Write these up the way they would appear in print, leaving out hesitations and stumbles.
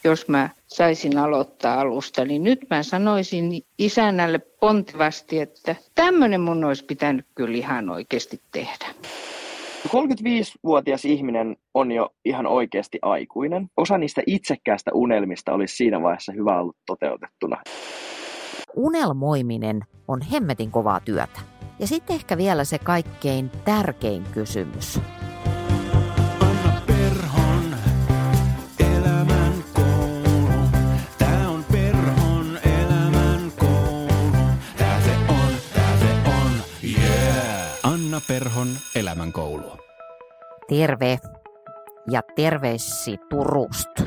jos mä saisin aloittaa alusta, niin nyt mä sanoisin isännälle pontevasti, että tämmöinen mun olisi pitänyt kyllä ihan oikeasti tehdä. 35-vuotias ihminen on jo ihan oikeasti aikuinen. Osa niistä itsekkäistä unelmista olisi siinä vaiheessa hyvä ollut toteutettuna. Unelmoiminen on hemmetin kovaa työtä. Ja sitten ehkä vielä se kaikkein tärkein kysymys. Anna Perhon elämän koulu. Tää on Perhon elämän koulu. Tää se on, yeah! Anna Perhon elämän koulu. Terve ja terveissi Turusta.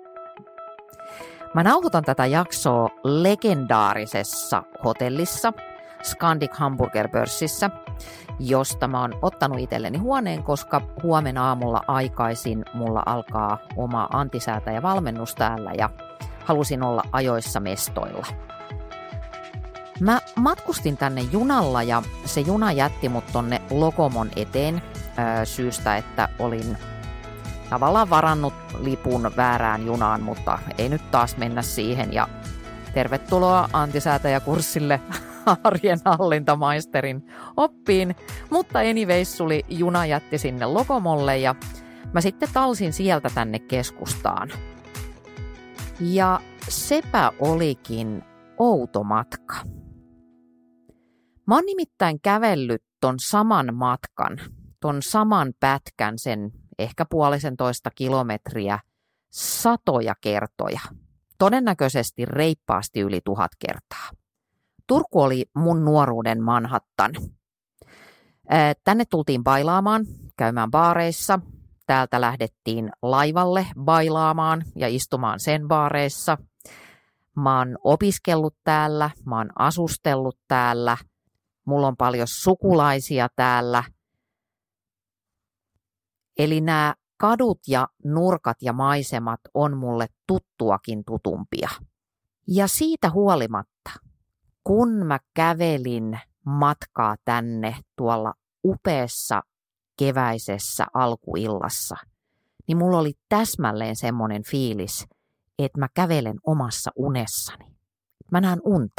Mä nauhoitan tätä jaksoa legendaarisessa hotellissa Scandic Hamburger-pörssissä, josta mä oon ottanut itselleni huoneen, koska huomenna aamulla aikaisin mulla alkaa oma antisäätäjävalmennus täällä ja halusin olla ajoissa mestoilla. Mä matkustin tänne junalla ja se juna jätti mut tonne Locomon eteen syystä, että olin tavallaan varannut lipun väärään junaan, mutta ei nyt taas mennä siihen. Ja tervetuloa antisäätäjäkurssille arjen hallintamaisterin oppiin. Mutta anyways, juna jätti sinne Locomolle ja mä sitten talsin sieltä tänne keskustaan. Ja sepä olikin outo matka. Mä oon nimittäin kävellyt ton saman matkan, ton saman pätkän, sen ehkä 1,5 kilometriä satoja kertoja. Todennäköisesti reippaasti yli 1000 kertaa. Turku oli mun nuoruuden Manhattan. Tänne tultiin bailaamaan, käymään baareissa. Täältä lähdettiin laivalle bailaamaan ja istumaan sen baareissa. Mä oon opiskellut täällä, mä oon asustellut täällä. Mulla on paljon sukulaisia täällä. Eli nämä kadut ja nurkat ja maisemat on mulle tuttuakin tutumpia. Ja siitä huolimatta, kun mä kävelin matkaa tänne tuolla upeassa keväisessä alkuillassa, niin mulla oli täsmälleen semmoinen fiilis, että mä kävelen omassa unessani. Mä näen unta.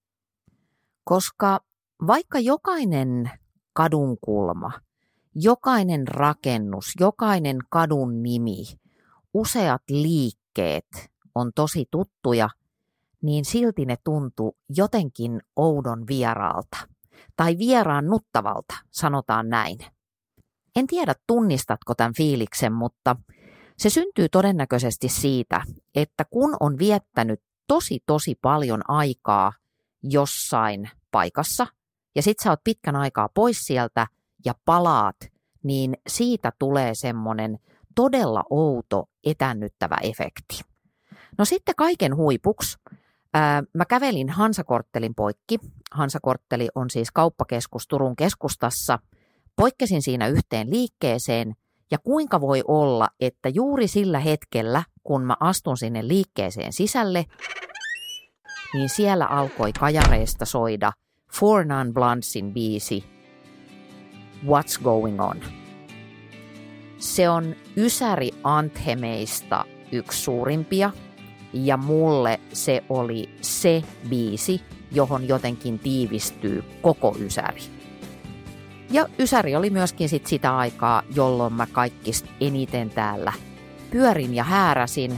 Koska vaikka jokainen kadunkulma, jokainen rakennus, jokainen kadun nimi, useat liikkeet on tosi tuttuja, niin silti ne tuntuu jotenkin oudon vieraalta. Tai vieraannuttavalta, sanotaan näin. En tiedä, tunnistatko tämän fiiliksen, mutta se syntyy todennäköisesti siitä, että kun on viettänyt tosi paljon aikaa jossain paikassa, ja sit sä oot pitkän aikaa pois sieltä, ja palaat, niin siitä tulee semmoinen todella outo, etännyttävä efekti. No sitten kaiken huipuksi mä kävelin Hansakorttelin poikki. Hansakortteli on siis kauppakeskus Turun keskustassa. Poikkesin siinä yhteen liikkeeseen ja kuinka voi olla, että juuri sillä hetkellä, kun mä astun sinne liikkeeseen sisälle, niin siellä alkoi kajareista soida Four Non Blondsin biisi What's Going On. Se on Ysäri anthemeista yksi suurimpia ja mulle se oli se biisi, johon jotenkin tiivistyy koko Ysäri. Ja Ysäri oli myöskin sitä aikaa, jolloin mä kaikista eniten täällä pyörin ja hääräsin.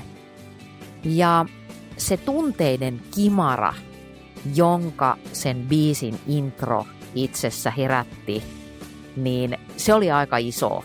Ja se tunteiden kimara, jonka sen biisin intro itsessä herätti, niin se oli aika iso.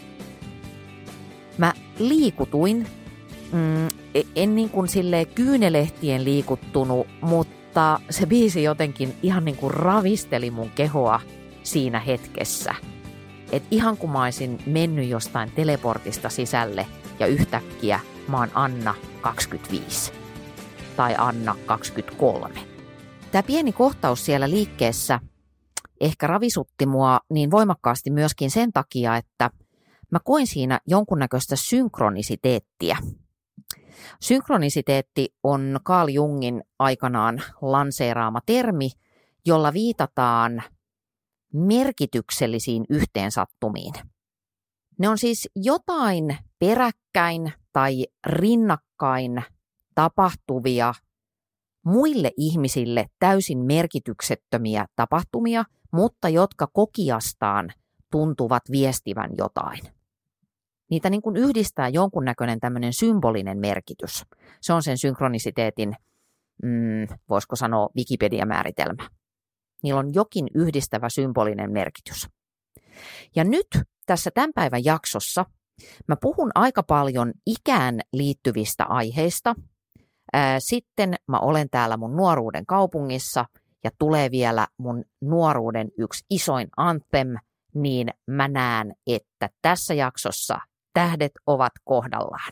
Mä liikutuin, en niin kuin silleen kyynelehtien liikuttunut, mutta se biisi jotenkin ihan niin kuin ravisteli mun kehoa siinä hetkessä. Et ihan kun mä olisin mennyt jostain teleportista sisälle ja yhtäkkiä mä oon Anna 25 tai Anna 23. Tää pieni kohtaus siellä liikkeessä ehkä ravisutti mua niin voimakkaasti myöskin sen takia, että mä koin siinä jonkunnäköistä synkronisiteettiä. Synkronisiteetti on Carl Jungin aikanaan lanseeraama termi, jolla viitataan merkityksellisiin yhteensattumiin. Ne on siis jotain peräkkäin tai rinnakkain tapahtuvia, muille ihmisille täysin merkityksettömiä tapahtumia, mutta jotka kokiastaan tuntuvat viestivän jotain. Niitä niin kuin yhdistää jonkunnäköinen tämmöinen symbolinen merkitys. Se on sen synkronisiteetin, voisiko sanoa, Wikipedia-määritelmä. Niillä on jokin yhdistävä symbolinen merkitys. Ja nyt tässä tämän päivän jaksossa mä puhun aika paljon ikään liittyvistä aiheista. Sitten mä olen täällä mun nuoruuden kaupungissa ja tulee vielä mun nuoruuden yksi isoin anthem, niin mä näen, että tässä jaksossa tähdet ovat kohdallaan.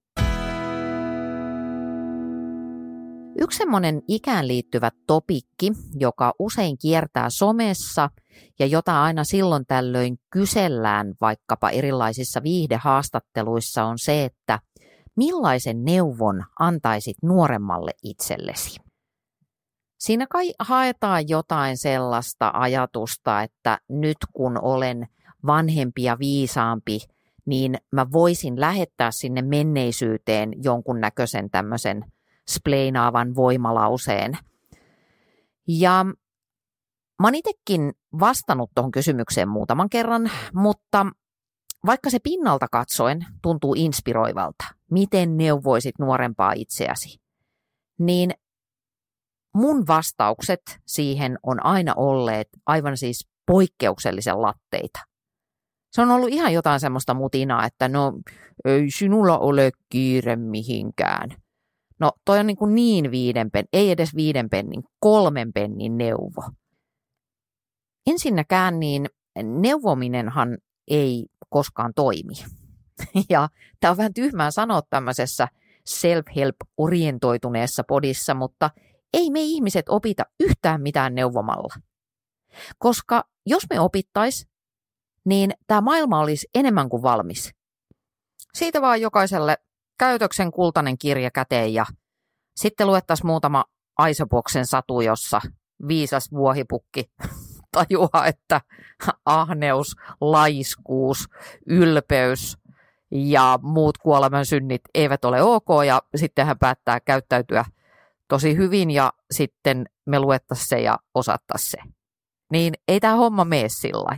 Yksi semmoinen ikään liittyvä topikki, joka usein kiertää somessa ja jota aina silloin tällöin kysellään vaikkapa erilaisissa viihdehaastatteluissa on se, että millaisen neuvon antaisit nuoremmalle itsellesi? Siinä kai haetaan jotain sellaista ajatusta, että nyt kun olen vanhempi ja viisaampi, niin mä voisin lähettää sinne menneisyyteen jonkunnäköisen tämmöisen spleinaavan voimalauseen. Ja mä oon itsekin vastannut tuohon kysymykseen muutaman kerran, mutta vaikka se pinnalta katsoen tuntuu inspiroivalta, miten neuvoisit nuorempaa itseäsi, niin mun vastaukset siihen on aina olleet aivan siis poikkeuksellisen latteita. Se on ollut ihan jotain semmoista mutinaa, että no ei sinulla ole kiire mihinkään. No toi on niin 5 pennin, ei edes 5 pennin, 3 pennin neuvo. Ensinnäkään niin neuvominenhan ei koskaan toimi. Ja tämä on vähän tyhmää sanoa tämmöisessä self-help-orientoituneessa podissa, mutta ei me ihmiset opita yhtään mitään neuvomalla. Koska jos me opittais, niin tämä maailma olisi enemmän kuin valmis. Siitä vaan jokaiselle käytöksen kultainen kirja käteen ja sitten luettaisiin muutama Aisopoksen satu, jossa viisas vuohipukki tajuaa, että ahneus, laiskuus, ylpeys ja muut kuoleman synnit eivät ole ok ja sitten hän päättää käyttäytyä tosi hyvin ja sitten me luettaisiin se ja osattaisiin se. Niin ei tämä homma mene sillä.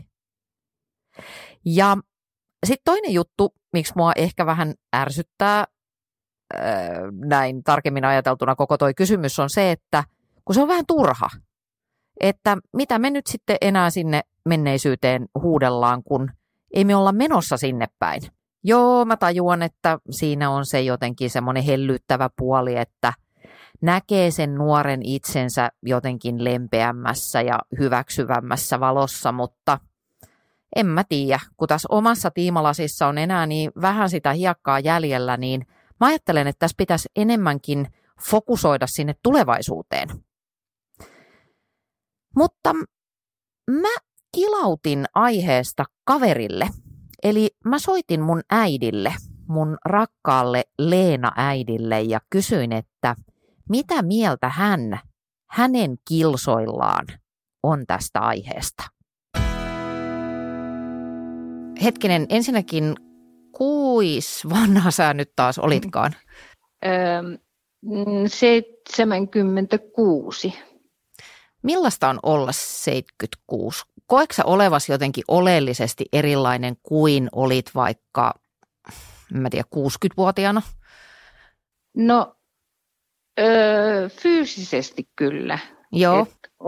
Ja sitten toinen juttu, miksi mua ehkä vähän ärsyttää näin tarkemmin ajateltuna koko toi kysymys on se, että kun se on vähän turha, että mitä me nyt sitten enää sinne menneisyyteen huudellaan, kun ei me olla menossa sinne päin. Joo, mä tajuan, että siinä on se jotenkin semmoinen hellyttävä puoli, että näkee sen nuoren itsensä jotenkin lempeämmässä ja hyväksyvämmässä valossa, mutta en mä tiedä, kun tässä omassa tiimalasissa on enää niin vähän sitä hiekkaa jäljellä, niin mä ajattelen, että tässä pitäisi enemmänkin fokusoida sinne tulevaisuuteen. Mutta mä kilautin aiheesta kaverille, eli mä soitin mun äidille, mun rakkaalle Leena-äidille ja kysyin, että mitä mieltä hän hänen kilsoillaan on tästä aiheesta. Hetkinen, ensinnäkin kuis vanha sä nyt taas olitkaan? 76. Millaista on olla 76? Koetko sä olevasi jotenkin oleellisesti erilainen kuin olit vaikka, en mä tiedä, 60-vuotiaana? No, fyysisesti kyllä. Joo.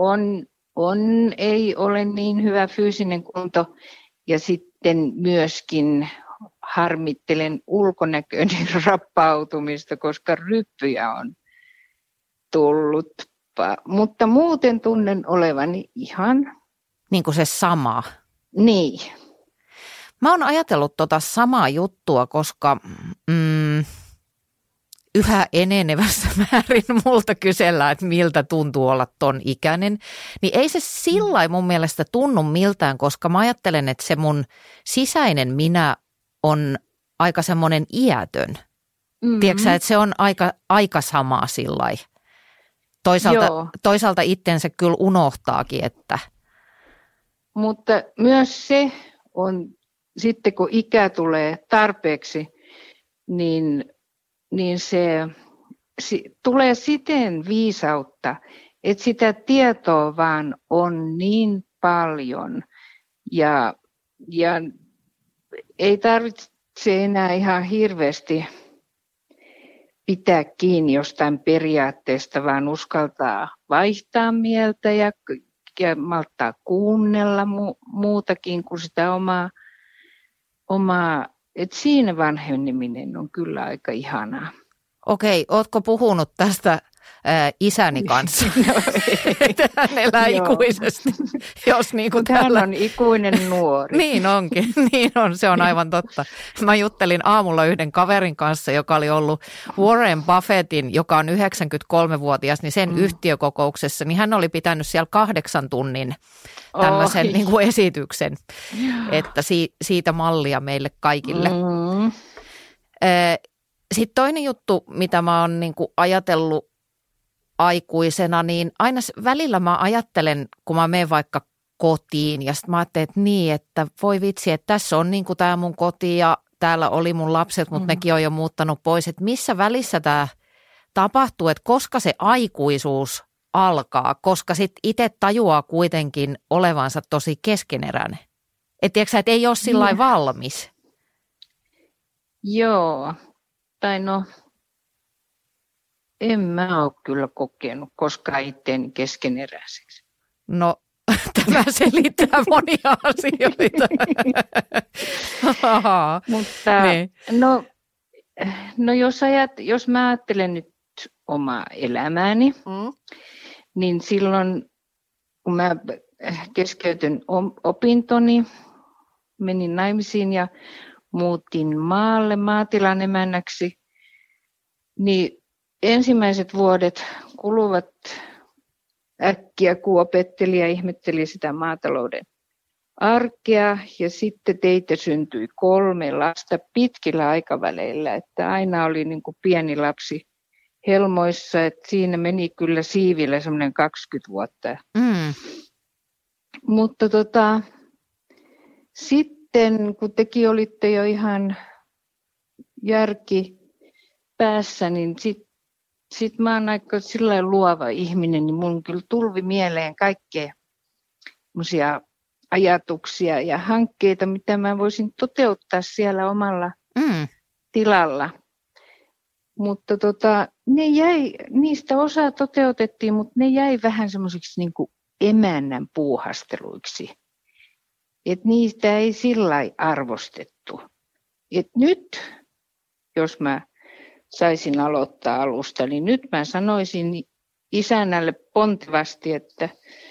Ei ole niin hyvä fyysinen kunto ja sitten myöskin harmittelen ulkonäköinen rappautumista, koska ryppyjä on tullut. Mutta muuten tunnen olevani ihan. Niin kuin se sama. Niin. Mä oon ajatellut tota samaa juttua, koska yhä enenevässä määrin multa kysellään, että miltä tuntuu olla ton ikäinen. Niin ei se sillai mun mielestä tunnu miltään, koska mä ajattelen, että se mun sisäinen minä on aika semmoinen iätön. Tiedätkö sä, että se on aika samaa sillai. Toisaalta itsensä kyllä unohtaakin, että. Mutta myös se on, sitten kun ikä tulee tarpeeksi, niin se tulee siten viisautta, että sitä tietoa vaan on niin paljon ja ei tarvitse enää ihan hirveästi pitää kiinni jostain periaatteesta, vaan uskaltaa vaihtaa mieltä ja malttaa kuunnella muutakin kuin sitä omaa. Et siinä vanheneminen on kyllä aika ihanaa. Okei, ootko puhunut tästä isäni kanssa? No, hän elää ikuisesti. Jos niin kuin hän on ikuinen nuori. Niin onkin, niin on, se on aivan totta. Mä juttelin aamulla yhden kaverin kanssa, joka oli ollut Warren Buffettin, joka on 93-vuotias, niin sen yhtiökokouksessa, niin hän oli pitänyt siellä 8 tunnin tämmöisen niin kuin esityksen, että siitä mallia meille kaikille. Sitten toinen juttu, mitä mä oon niin kuin ajatellut aikuisena, niin aina välillä mä ajattelen, kun mä menen vaikka kotiin ja sitten mä ajattelen, että niin, että voi vitsi, että tässä on niin kuin tämä mun koti ja täällä oli mun lapset, mutta nekin on jo muuttanut pois, että missä välissä tämä tapahtuu, että koska se aikuisuus alkaa, koska sitten itse tajuaa kuitenkin olevansa tosi keskeneräinen. Että tiedätkö, että ei ole sillä lailla valmis. Joo, tai no, en mä ole kyllä kokenut koskaan itseäni keskeneräiseksi. No, tämä selittää monia asioita. Mutta niin. No jos mä ajattelen nyt omaa elämääni, niin silloin kun mä keskeytyn opintoni, menin naimisiin ja muutin maalle maatilan emännäksi, niin ensimmäiset vuodet kuluvat äkkiä, kun opetteli ja ihmetteli sitä maatalouden arkea. Ja sitten teitä syntyi 3 lasta pitkillä aikaväleillä, että aina oli niin kuin pieni lapsi helmoissa, että siinä meni kyllä siivillä semmoinen 20 vuotta. Mutta sitten kun tekin olitte jo ihan järki päässä, niin sitten mä oon aika sillä luova ihminen, niin mun kyllä tulvi mieleen kaikkea semmoisia ajatuksia ja hankkeita, mitä mä voisin toteuttaa siellä omalla tilalla. Mutta niistä osa toteutettiin, mutta ne jäi vähän semmoisiksi niin kuin emännän puuhasteluiksi. Et niistä ei sillä lailla arvostettu. Et nyt, jos mä saisin aloittaa alusta, niin nyt mä sanoisin isännälle pontevasti, että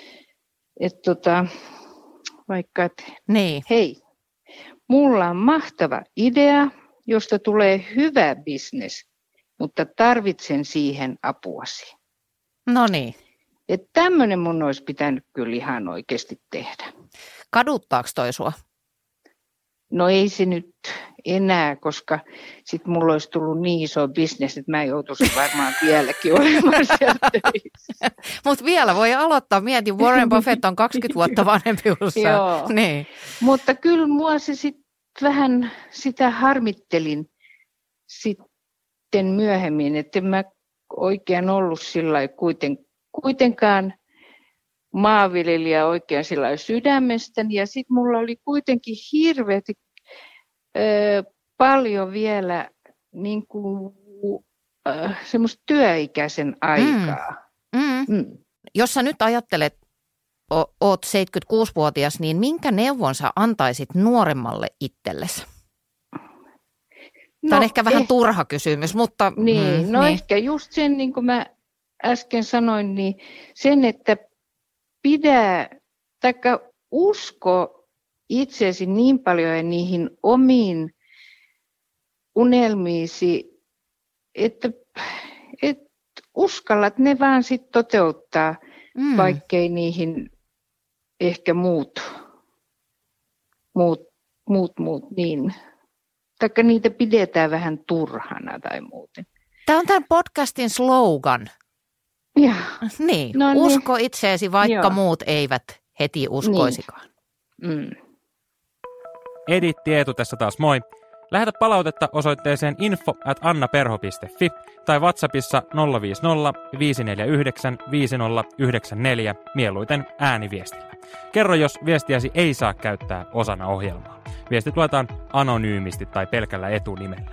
hei, mulla on mahtava idea, josta tulee hyvä bisnes, mutta tarvitsen siihen apuasi. No niin. Että tämmöinen mun olisi pitänyt kyllä ihan oikeasti tehdä. Kaduttaako toi sua? No ei se nyt enää, koska sitten mulla olisi tullut niin iso bisnes, että mä joutuisin varmaan vieläkin olemaan siellä töissä. Mutta vielä voi aloittaa. Mietin, Warren Buffett on 20 vuotta vanhempi kuin sä. Joo, niin. Mutta kyllä mua se sitten vähän sitä harmittelin sitten myöhemmin, että en mä oikein ollut sillä kuitenkaan maanviljelijä oikein sillä sydämestäni. Ja sitten mulla oli kuitenkin hirveästi paljon vielä niin kuin, semmoista työikäisen aikaa. Jos sä nyt ajattelet, oot 76-vuotias, niin minkä neuvon sä antaisit nuoremmalle itsellesi? Tämä on ehkä vähän turha kysymys, mutta... Niin, ehkä just sen, niin kuin mä äsken sanoin, niin sen, että usko itseesi niin paljon ja niihin omiin unelmiisi, että uskallat ne vaan sitten toteuttaa, vaikkei niihin ehkä muut niin. Taikka niitä pidetään vähän turhana tai muuten. Tämä on tämän podcastin slogan. Ja. Niin, usko itseesi, vaikka muut eivät heti uskoisikaan. Editti Eetu tässä taas, moi. Lähetä palautetta osoitteeseen info@annaperho.fi tai WhatsAppissa 050 549 5094 mieluiten ääniviestillä. Kerro, jos viestiäsi ei saa käyttää osana ohjelmaa. Viestit luetaan anonyymisti tai pelkällä etunimellä.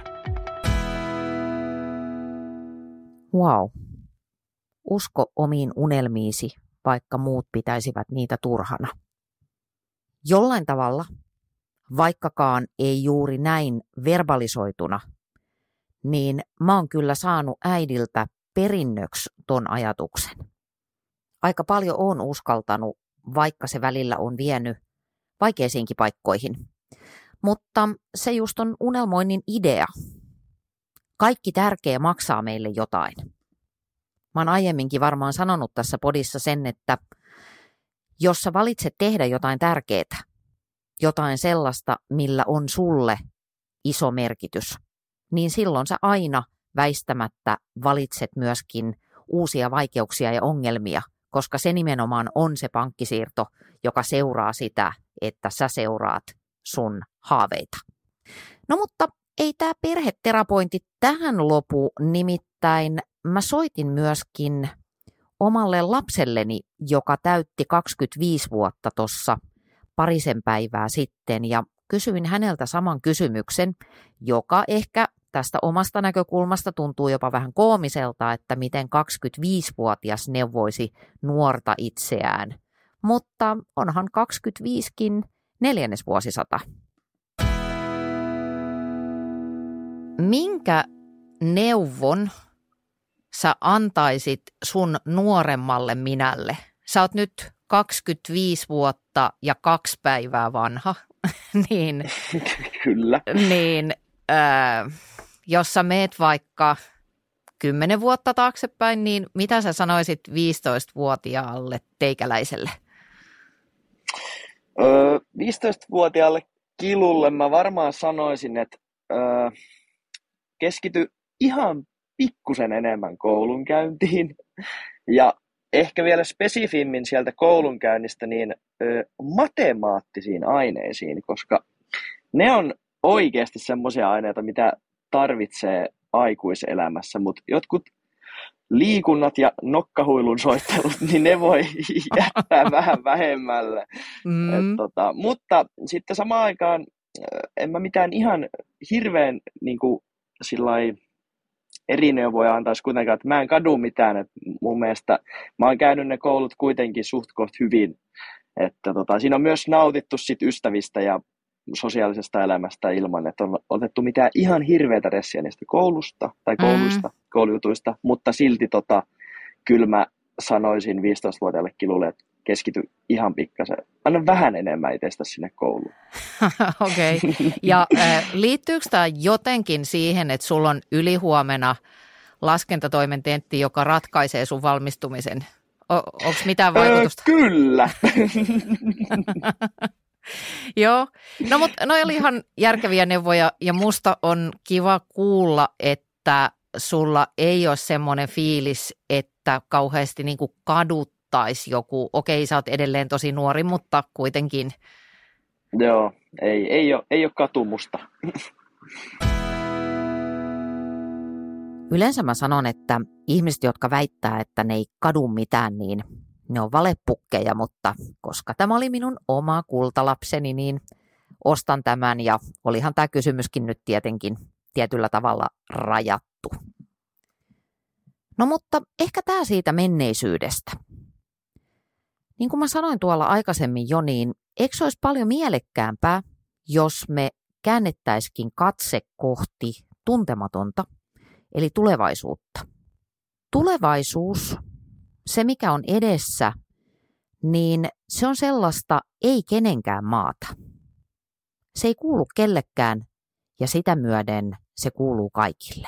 Wow. Usko omiin unelmiisi, vaikka muut pitäisivät niitä turhana. Jollain tavalla, vaikkakaan ei juuri näin verbalisoituna, niin mä oon kyllä saanut äidiltä perinnöksi ton ajatuksen. Aika paljon oon uskaltanut, vaikka se välillä on vienyt vaikeisiinkin paikkoihin. Mutta se just on unelmoinnin idea. Kaikki tärkeä maksaa meille jotain. Mä oon aiemminkin varmaan sanonut tässä podissa sen, että jos sä valitset tehdä jotain tärkeää, jotain sellaista, millä on sulle iso merkitys, niin silloin sä aina väistämättä valitset myöskin uusia vaikeuksia ja ongelmia, koska se nimenomaan on se pankkisiirto, joka seuraa sitä, että sä seuraat sun haaveita. No mutta ei tämä perheterapointi tähän lopu, nimittäin mä soitin myöskin omalle lapselleni, joka täytti 25 vuotta tuossa parisen päivää sitten, ja kysyin häneltä saman kysymyksen, joka ehkä tästä omasta näkökulmasta tuntuu jopa vähän koomiselta, että miten 25-vuotias neuvoisi nuorta itseään. Mutta onhan 25kin 4. vuosisata. Minkä neuvon sä antaisit sun nuoremmalle minälle? Sä oot nyt 25 vuotta ja 2 päivää vanha, niin, Kyllä. niin jos sä meet vaikka 10 vuotta taaksepäin, niin mitä sä sanoisit 15-vuotiaalle teikäläiselle? 15-vuotiaalle Kilulle mä varmaan sanoisin, että keskity ihan pikkusen enemmän koulunkäyntiin ja ehkä vielä spesifimmin sieltä koulunkäynnistä niin matemaattisiin aineisiin, koska ne on oikeasti semmoisia aineita, mitä tarvitsee aikuiselämässä, mutta jotkut liikunnat ja nokkahuilun soittelut, niin ne voi jättää vähän vähemmälle. Mutta sitten samaan aikaan en mä mitään ihan hirveän niin kuin, sillai, eri neuvoja antaisi kuitenkaan, että mä en kadu mitään. Että mun mielestä mä oon käynyt ne koulut kuitenkin suht koht hyvin. Että siinä on myös nautittu sit ystävistä ja sosiaalisesta elämästä ilman, että on otettu mitään ihan hirveätä ressiä niistä koulujutuista, mutta silti kyllä mä sanoisin 15-vuotiaalle Kilulle, että keskity ihan pikkasen. Anna vähän enemmän itsestä sinne kouluun. Okei. Ja liittyykö tämä jotenkin siihen, että sulla on ylihuomenna laskentatoimen tentti, joka ratkaisee sun valmistumisen? Onko mitään vaikutusta? Kyllä. Joo, no mutta noi oli ihan järkeviä neuvoja ja musta on kiva kuulla, että sulla ei ole semmoinen fiilis, että kauheasti niin kuin kaduttaisi joku. Okei, sä oot edelleen tosi nuori, mutta kuitenkin. Joo, ei ole katumusta. Yleensä mä sanon, että ihmiset, jotka väittää, että ne ei kadu mitään, niin ne on valepukkeja, mutta koska tämä oli minun oma kultalapseni, niin ostan tämän ja olihan tämä kysymyskin nyt tietenkin tietyllä tavalla rajattu. No mutta ehkä tämä siitä menneisyydestä. Niin kuin mä sanoin tuolla aikaisemmin jo, niin eikö se olisi paljon mielekkäämpää, jos me käännettäisikin katse kohti tuntematonta, eli tulevaisuutta. Tulevaisuus, se mikä on edessä, niin se on sellaista ei kenenkään maata. Se ei kuulu kellekään ja sitä myöden se kuuluu kaikille.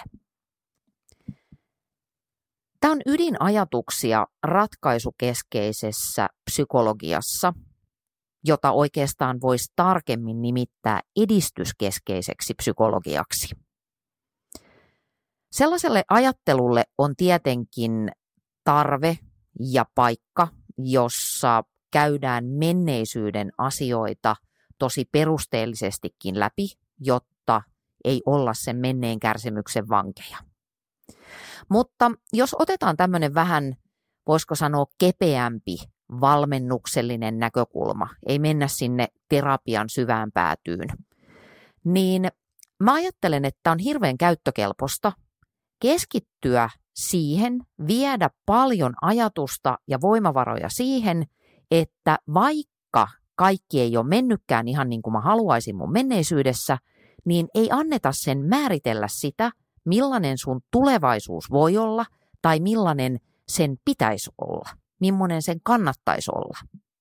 Tämä on ydinajatuksia ratkaisukeskeisessä psykologiassa, jota oikeastaan voisi tarkemmin nimittää edistyskeskeiseksi psykologiaksi. Sellaiselle ajattelulle on tietenkin tarve ja paikka, jossa käydään menneisyyden asioita tosi perusteellisestikin läpi, jotta ei olla sen menneen kärsimyksen vankeja. Mutta jos otetaan tämmöinen vähän, voisiko sanoa kepeämpi, valmennuksellinen näkökulma, ei mennä sinne terapian syvään päätyyn, niin mä ajattelen, että on hirveän käyttökelpoista keskittyä siihen, viedä paljon ajatusta ja voimavaroja siihen, että vaikka kaikki ei ole mennytkään ihan niin kuin mä haluaisin mun menneisyydessä, niin ei anneta sen määritellä sitä, millainen sun tulevaisuus voi olla tai millainen sen pitäisi olla, millainen sen kannattaisi olla.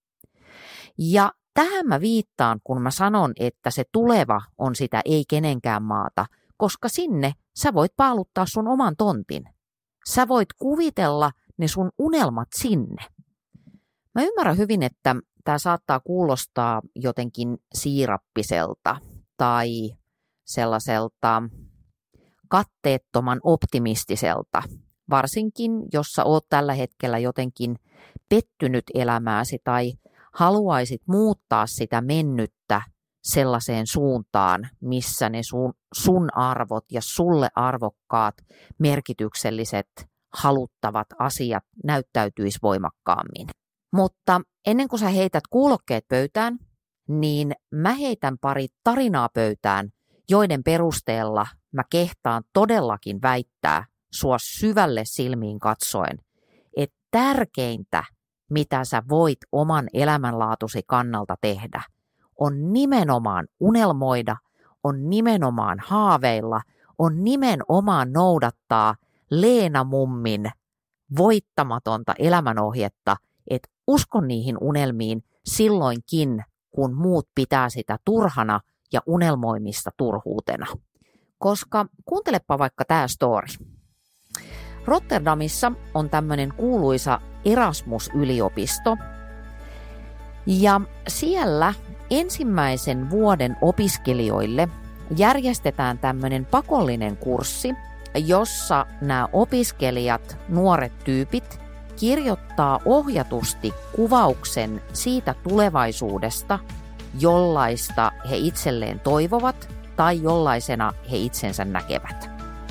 Ja tähän mä viittaan, kun mä sanon, että se tuleva on sitä ei kenenkään maata, koska sinne sä voit paaluttaa sun oman tontin. Sä voit kuvitella ne sun unelmat sinne. Mä ymmärrän hyvin, että tämä saattaa kuulostaa jotenkin siirappiselta tai sellaiselta katteettoman optimistiselta, varsinkin jos sä oot tällä hetkellä jotenkin pettynyt elämääsi tai haluaisit muuttaa sitä mennyttä sellaiseen suuntaan, missä ne sun arvot ja sulle arvokkaat, merkitykselliset, haluttavat asiat näyttäytyisi voimakkaammin. Mutta ennen kuin sä heität kuulokkeet pöytään, niin mä heitän pari tarinaa pöytään, joiden perusteella mä kehtaan todellakin väittää sua syvälle silmiin katsoen, että tärkeintä, mitä sä voit oman elämänlaatusi kannalta tehdä, on nimenomaan unelmoida, on nimenomaan haaveilla, on nimenomaan noudattaa Leena Mummin voittamatonta elämänohjetta, että usko niihin unelmiin silloinkin, kun muut pitää sitä turhana ja unelmoimista turhuutena. Koska kuuntelepa vaikka tämä story. Rotterdamissa on tämmöinen kuuluisa Erasmus-yliopisto, ja siellä ensimmäisen vuoden opiskelijoille järjestetään tämmöinen pakollinen kurssi, jossa nämä opiskelijat, nuoret tyypit, kirjoittaa ohjatusti kuvauksen siitä tulevaisuudesta, jollaista he itselleen toivovat tai jollaisena he itsensä näkevät.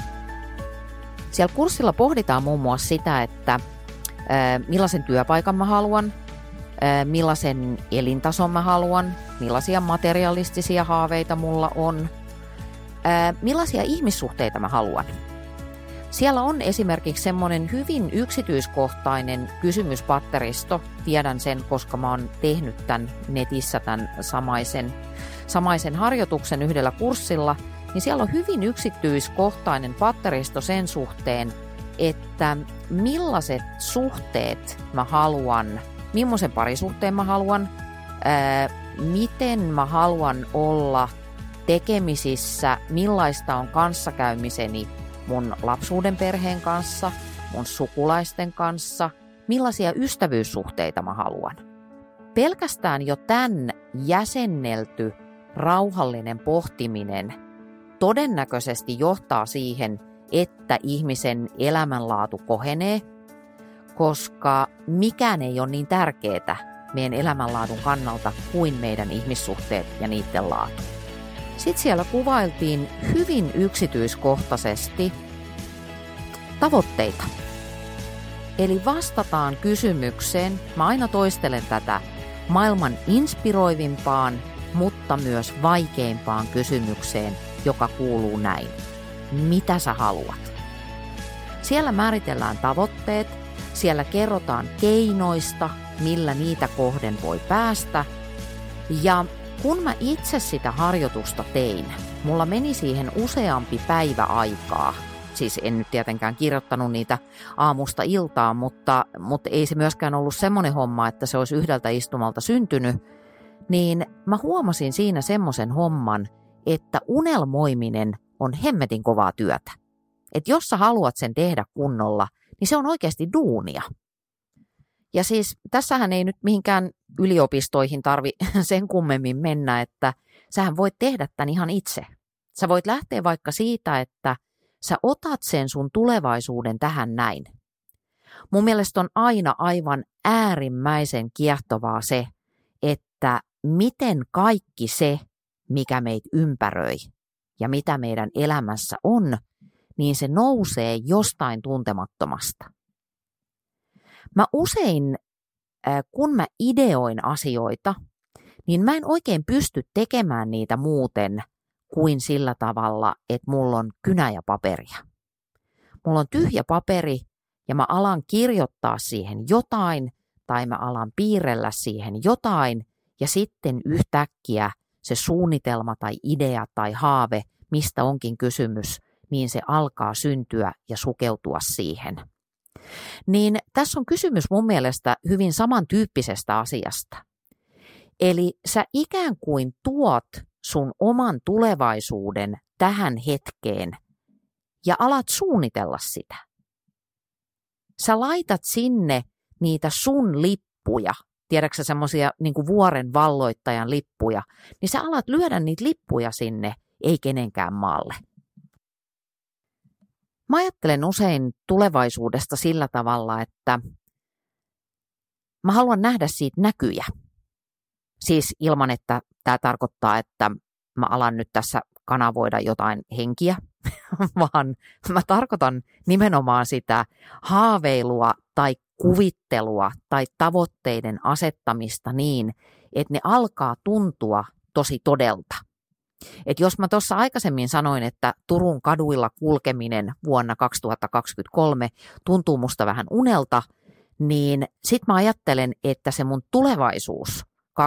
Siellä kurssilla pohditaan muun muassa sitä, että millaisen työpaikan mä haluan, millaisen elintason mä haluan, millaisia materialistisia haaveita mulla on, millaisia ihmissuhteita mä haluan. Siellä on esimerkiksi semmoinen hyvin yksityiskohtainen kysymyspatteristo, tiedän sen, koska mä oon tehnyt tämän netissä tämän samaisen harjoituksen yhdellä kurssilla, niin siellä on hyvin yksityiskohtainen patteristo sen suhteen, että millaiset suhteet mä haluan, millaisen parisuhteen mä haluan, miten mä haluan olla tekemisissä, millaista on kanssakäymiseni mun lapsuuden perheen kanssa, mun sukulaisten kanssa, millaisia ystävyyssuhteita mä haluan. Pelkästään jo tämän jäsennelty, rauhallinen pohtiminen todennäköisesti johtaa siihen, että ihmisen elämänlaatu kohenee, koska mikään ei ole niin tärkeää meidän elämänlaadun kannalta kuin meidän ihmissuhteet ja niiden laatu. Sitten siellä kuvailtiin hyvin yksityiskohtaisesti tavoitteita. Eli vastataan kysymykseen, mä aina toistelen tätä, maailman inspiroivimpaan, mutta myös vaikeimpaan kysymykseen, joka kuuluu näin. Mitä sä haluat? Siellä määritellään tavoitteet, siellä kerrotaan keinoista, millä niitä kohden voi päästä. Ja kun mä itse sitä harjoitusta tein, mulla meni siihen useampi päivä aikaa. Siis en nyt tietenkään kirjoittanut niitä aamusta iltaan, mutta ei se myöskään ollut semmoinen homma, että se olisi yhdeltä istumalta syntynyt. Niin mä huomasin siinä semmoisen homman, että unelmoiminen on hemmetin kovaa työtä. Että jos sä haluat sen tehdä kunnolla, niin se on oikeasti duunia. Ja siis tässähän ei nyt mihinkään yliopistoihin tarvi sen kummemmin mennä, että sähän voit tehdä tämän ihan itse. Sä voit lähteä vaikka siitä, että sä otat sen sun tulevaisuuden tähän näin. Mun mielestä on aina aivan äärimmäisen kiehtovaa se, että miten kaikki se, mikä meitä ympäröi ja mitä meidän elämässä on, niin se nousee jostain tuntemattomasta. Mä usein, kun mä ideoin asioita, niin mä en oikein pysty tekemään niitä muuten kuin sillä tavalla, että mulla on kynä ja paperia. Mulla on tyhjä paperi ja mä alan kirjoittaa siihen jotain tai mä alan piirrellä siihen jotain ja sitten yhtäkkiä se suunnitelma tai idea tai haave, mistä onkin kysymys, niin se alkaa syntyä ja sukeutua siihen. Niin tässä on kysymys mun mielestä hyvin samantyyppisestä asiasta. Eli sä ikään kuin tuot sun oman tulevaisuuden tähän hetkeen ja alat suunnitella sitä. Sä laitat sinne niitä sun lippuja, tiedätkö semmoisia niin kuin vuoren valloittajan lippuja, niin sä alat lyödä niitä lippuja sinne, ei kenenkään maalle. Mä ajattelen usein tulevaisuudesta sillä tavalla, että mä haluan nähdä siitä näkyjä. Siis ilman, että tämä tarkoittaa, että mä alan nyt tässä kanavoida jotain henkiä, vaan mä tarkoitan nimenomaan sitä haaveilua tai kuvittelua tai tavoitteiden asettamista niin, että ne alkaa tuntua tosi todelta. Et jos mä tuossa aikaisemmin sanoin, että Turun kaduilla kulkeminen vuonna 2023 tuntuu musta vähän unelta, niin sit mä ajattelen, että se mun tulevaisuus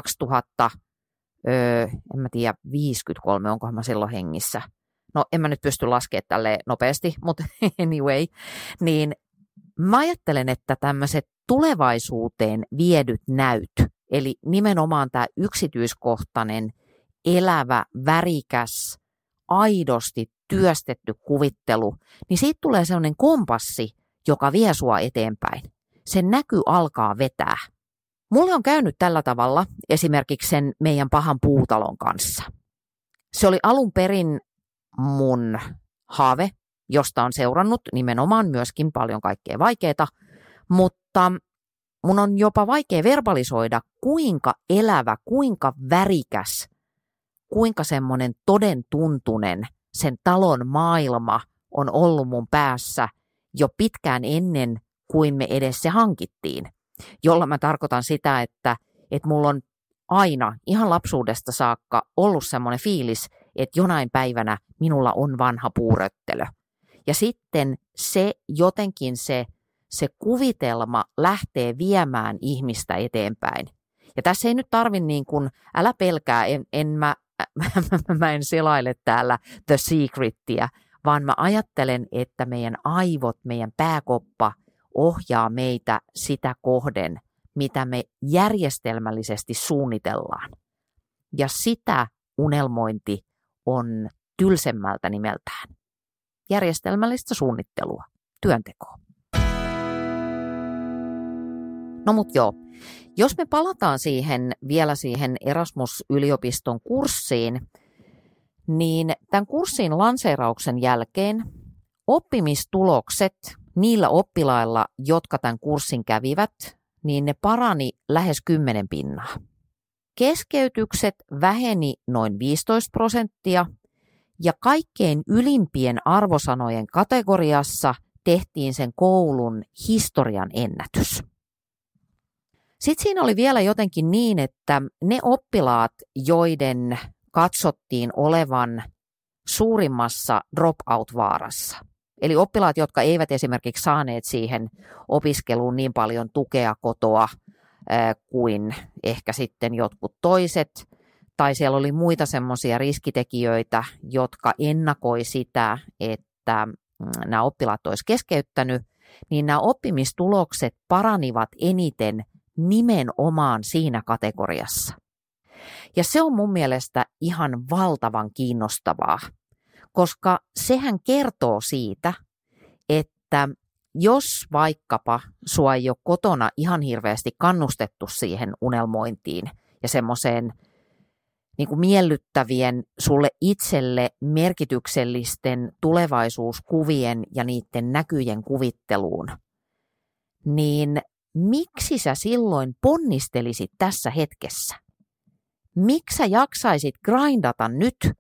2053, onkohan mä silloin hengissä. No en mä nyt pysty laskemaan tälleen nopeasti, mutta anyway, niin mä ajattelen, että tämmöiset tulevaisuuteen viedyt näyt, eli nimenomaan tämä yksityiskohtainen, elävä, värikäs, aidosti työstetty kuvittelu, niin siitä tulee sellainen kompassi, joka vie sua eteenpäin. Sen näky alkaa vetää. Mulle on käynyt tällä tavalla esimerkiksi sen meidän pahan puutalon kanssa. Se oli alun perin mun haave, josta on seurannut nimenomaan myöskin paljon kaikkea vaikeaa, mutta mun on jopa vaikea verbalisoida, kuinka elävä, kuinka värikäs, kuinka semmoinen todentuntunen sen talon maailma on ollut mun päässä jo pitkään ennen kuin me edes se hankittiin. Jolla mä tarkoitan sitä, että mulla on aina ihan lapsuudesta saakka ollut semmoinen fiilis, että jonain päivänä minulla on vanha puuröttelö. Ja sitten se jotenkin se kuvitelma lähtee viemään ihmistä eteenpäin. Ja tässä ei nyt tarvi niin kuin, älä pelkää, mä en selaile täällä The Secretia, vaan mä ajattelen, että meidän aivot, meidän pääkoppa ohjaa meitä sitä kohden, mitä me järjestelmällisesti suunnitellaan. Ja sitä unelmointi on tylsemmältä nimeltään. Järjestelmällistä suunnittelua, työntekoa. No mut joo, jos me palataan vielä siihen Erasmus-yliopiston kurssiin, niin tämän kurssin lanseerauksen jälkeen oppimistulokset niillä oppilailla, jotka tämän kurssin kävivät, niin ne parani lähes 10 pinnaa. Keskeytykset väheni noin 15% ja kaikkein ylimpien arvosanojen kategoriassa tehtiin sen koulun historian ennätys. Sitten siinä oli vielä jotenkin niin, että ne oppilaat, joiden katsottiin olevan suurimmassa dropout-vaarassa, eli oppilaat, jotka eivät esimerkiksi saaneet siihen opiskeluun niin paljon tukea kotoa kuin ehkä sitten jotkut toiset, tai siellä oli muita semmoisia riskitekijöitä, jotka ennakoi sitä, että nämä oppilaat olisi keskeyttänyt, niin nämä oppimistulokset paranivat eniten nimenomaan siinä kategoriassa. Ja se on mun mielestä ihan valtavan kiinnostavaa, koska sehän kertoo siitä, että jos vaikkapa sua ei ole kotona ihan hirveästi kannustettu siihen unelmointiin ja semmoiseen niin kuin miellyttävien, sulle itselle merkityksellisten tulevaisuuskuvien ja niiden näkyjen kuvitteluun, niin miksi sä silloin ponnistelisit tässä hetkessä? Miksi sä jaksaisit grindata nyt,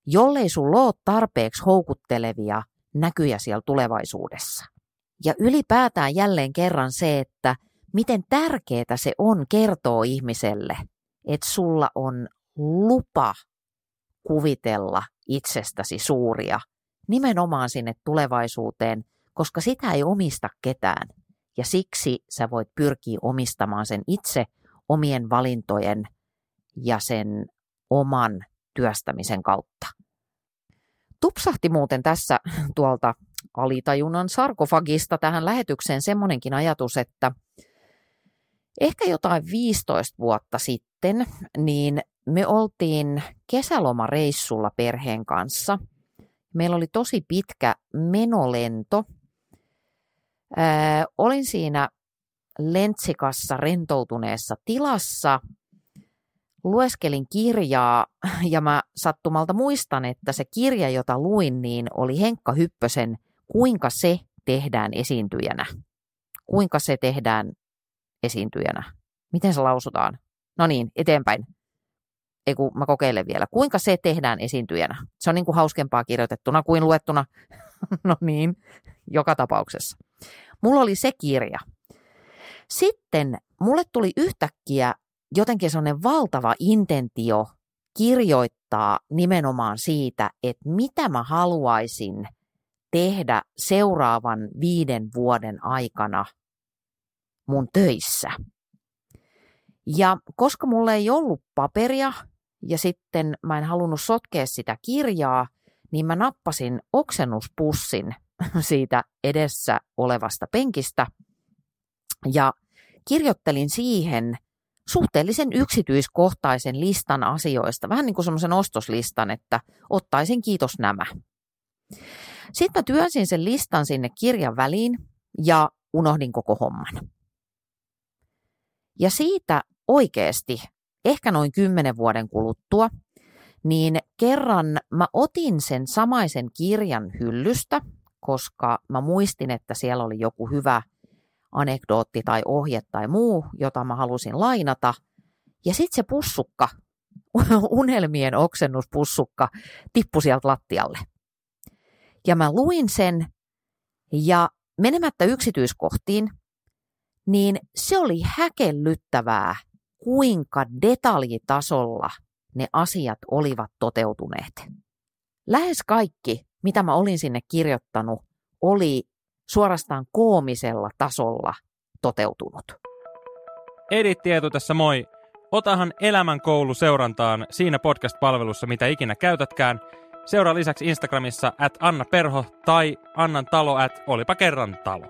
jollei sulla ole tarpeeksi houkuttelevia näkyjä siellä tulevaisuudessa. Ja ylipäätään jälleen kerran se, että miten tärkeää se on kertoa ihmiselle, että sulla on lupa kuvitella itsestäsi suuria nimenomaan sinne tulevaisuuteen, koska sitä ei omista ketään. Ja siksi sä voit pyrkiä omistamaan sen itse omien valintojen ja sen oman työstämisen kautta. Tupsahti muuten tässä tuolta alitajunnan sarkofagista tähän lähetykseen semmoinenkin ajatus, että ehkä jotain 15 vuotta sitten niin me oltiin kesälomareissulla perheen kanssa. Meillä oli tosi pitkä menolento. Olin siinä lentsikassa rentoutuneessa tilassa, lueskelin kirjaa ja mä sattumalta muistan, että se kirja, jota luin, niin oli Henkka Hyppösen Kuinka se tehdään esiintyjänä. Kuinka se tehdään esiintyjänä. Miten se lausutaan? No niin, eteenpäin. Mä kokeilen vielä. Kuinka se tehdään esiintyjänä? Se on niin kuin hauskempaa kirjoitettuna kuin luettuna. No niin, joka tapauksessa. Mulla oli se kirja. Sitten mulle tuli yhtäkkiä jotenkin sellainen valtava intentio kirjoittaa nimenomaan siitä, että mitä mä haluaisin tehdä seuraavan 5 vuoden aikana mun töissä. Ja koska mulla ei ollut paperia ja sitten mä en halunnut sotkea sitä kirjaa, niin mä nappasin oksennuspussin siitä edessä olevasta penkistä ja kirjoittelin siihen suhteellisen yksityiskohtaisen listan asioista, vähän niin kuin semmoisen ostoslistan, että ottaisin kiitos nämä. Sitten mä työnsin sen listan sinne kirjan väliin ja unohdin koko homman. Ja siitä oikeasti, ehkä noin 10 vuoden kuluttua, niin kerran mä otin sen samaisen kirjan hyllystä, koska mä muistin, että siellä oli joku hyvä anekdootti tai ohje tai muu, jota mä halusin lainata. Ja sitten se pussukka, unelmien oksennuspussukka, tippui sieltä lattialle. Ja mä luin sen ja menemättä yksityiskohtiin, niin se oli häkellyttävää, kuinka detaljitasolla ne asiat olivat toteutuneet. Lähes kaikki, mitä mä olin sinne kirjoittanut, oli suorastaan koomisella tasolla toteutunut. Editti Eetu tässä moi. Otahan Elämänkoulu seurantaan siinä podcast-palvelussa, mitä ikinä käytätkään. Seuraa lisäksi Instagramissa @AnnaPerho tai AnnanTalo @olipakerrantalo.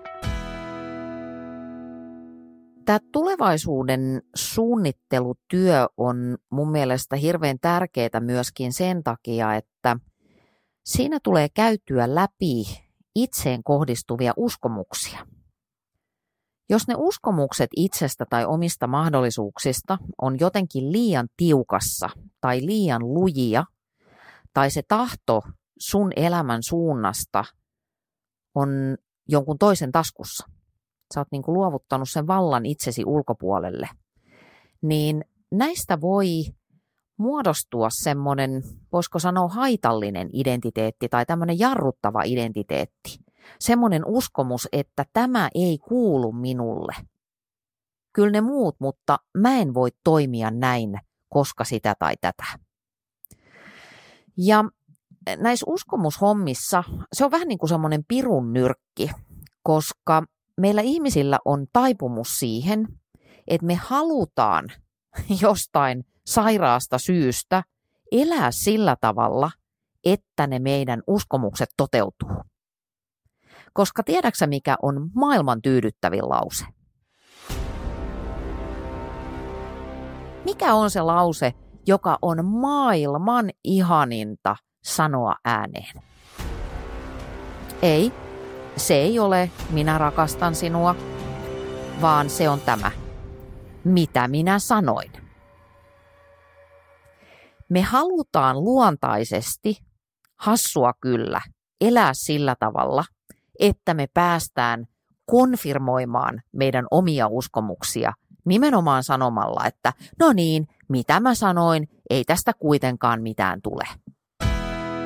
Tämä tulevaisuuden suunnittelutyö on mun mielestä hirveän tärkeää myöskin sen takia, että siinä tulee käytyä läpi itseen kohdistuvia uskomuksia. Jos ne uskomukset itsestä tai omista mahdollisuuksista on jotenkin liian tiukassa tai liian lujia, tai se tahto sun elämän suunnasta on jonkun toisen taskussa, sä oot niin kuin luovuttanut sen vallan itsesi ulkopuolelle, niin näistä voi muodostua semmoinen, voisiko sanoa haitallinen identiteetti tai tämmöinen jarruttava identiteetti. Semmoinen uskomus, että tämä ei kuulu minulle. Kyllä ne muut, mutta mä en voi toimia näin, koska sitä tai tätä. Ja näissä uskomushommissa se on vähän niin kuin semmoinen pirun nyrkki, koska meillä ihmisillä on taipumus siihen, että me halutaan jostain sairaasta syystä elää sillä tavalla, että ne meidän uskomukset toteutuu. Koska tiedäksä mikä on maailman tyydyttävin lause? Mikä on se lause, joka on maailman ihaninta sanoa ääneen? Ei, se ei ole minä rakastan sinua, vaan se on tämä. Mitä minä sanoin? Me halutaan luontaisesti, hassua kyllä, elää sillä tavalla, että me päästään konfirmoimaan meidän omia uskomuksia nimenomaan sanomalla, että no niin, mitä mä sanoin, ei tästä kuitenkaan mitään tule.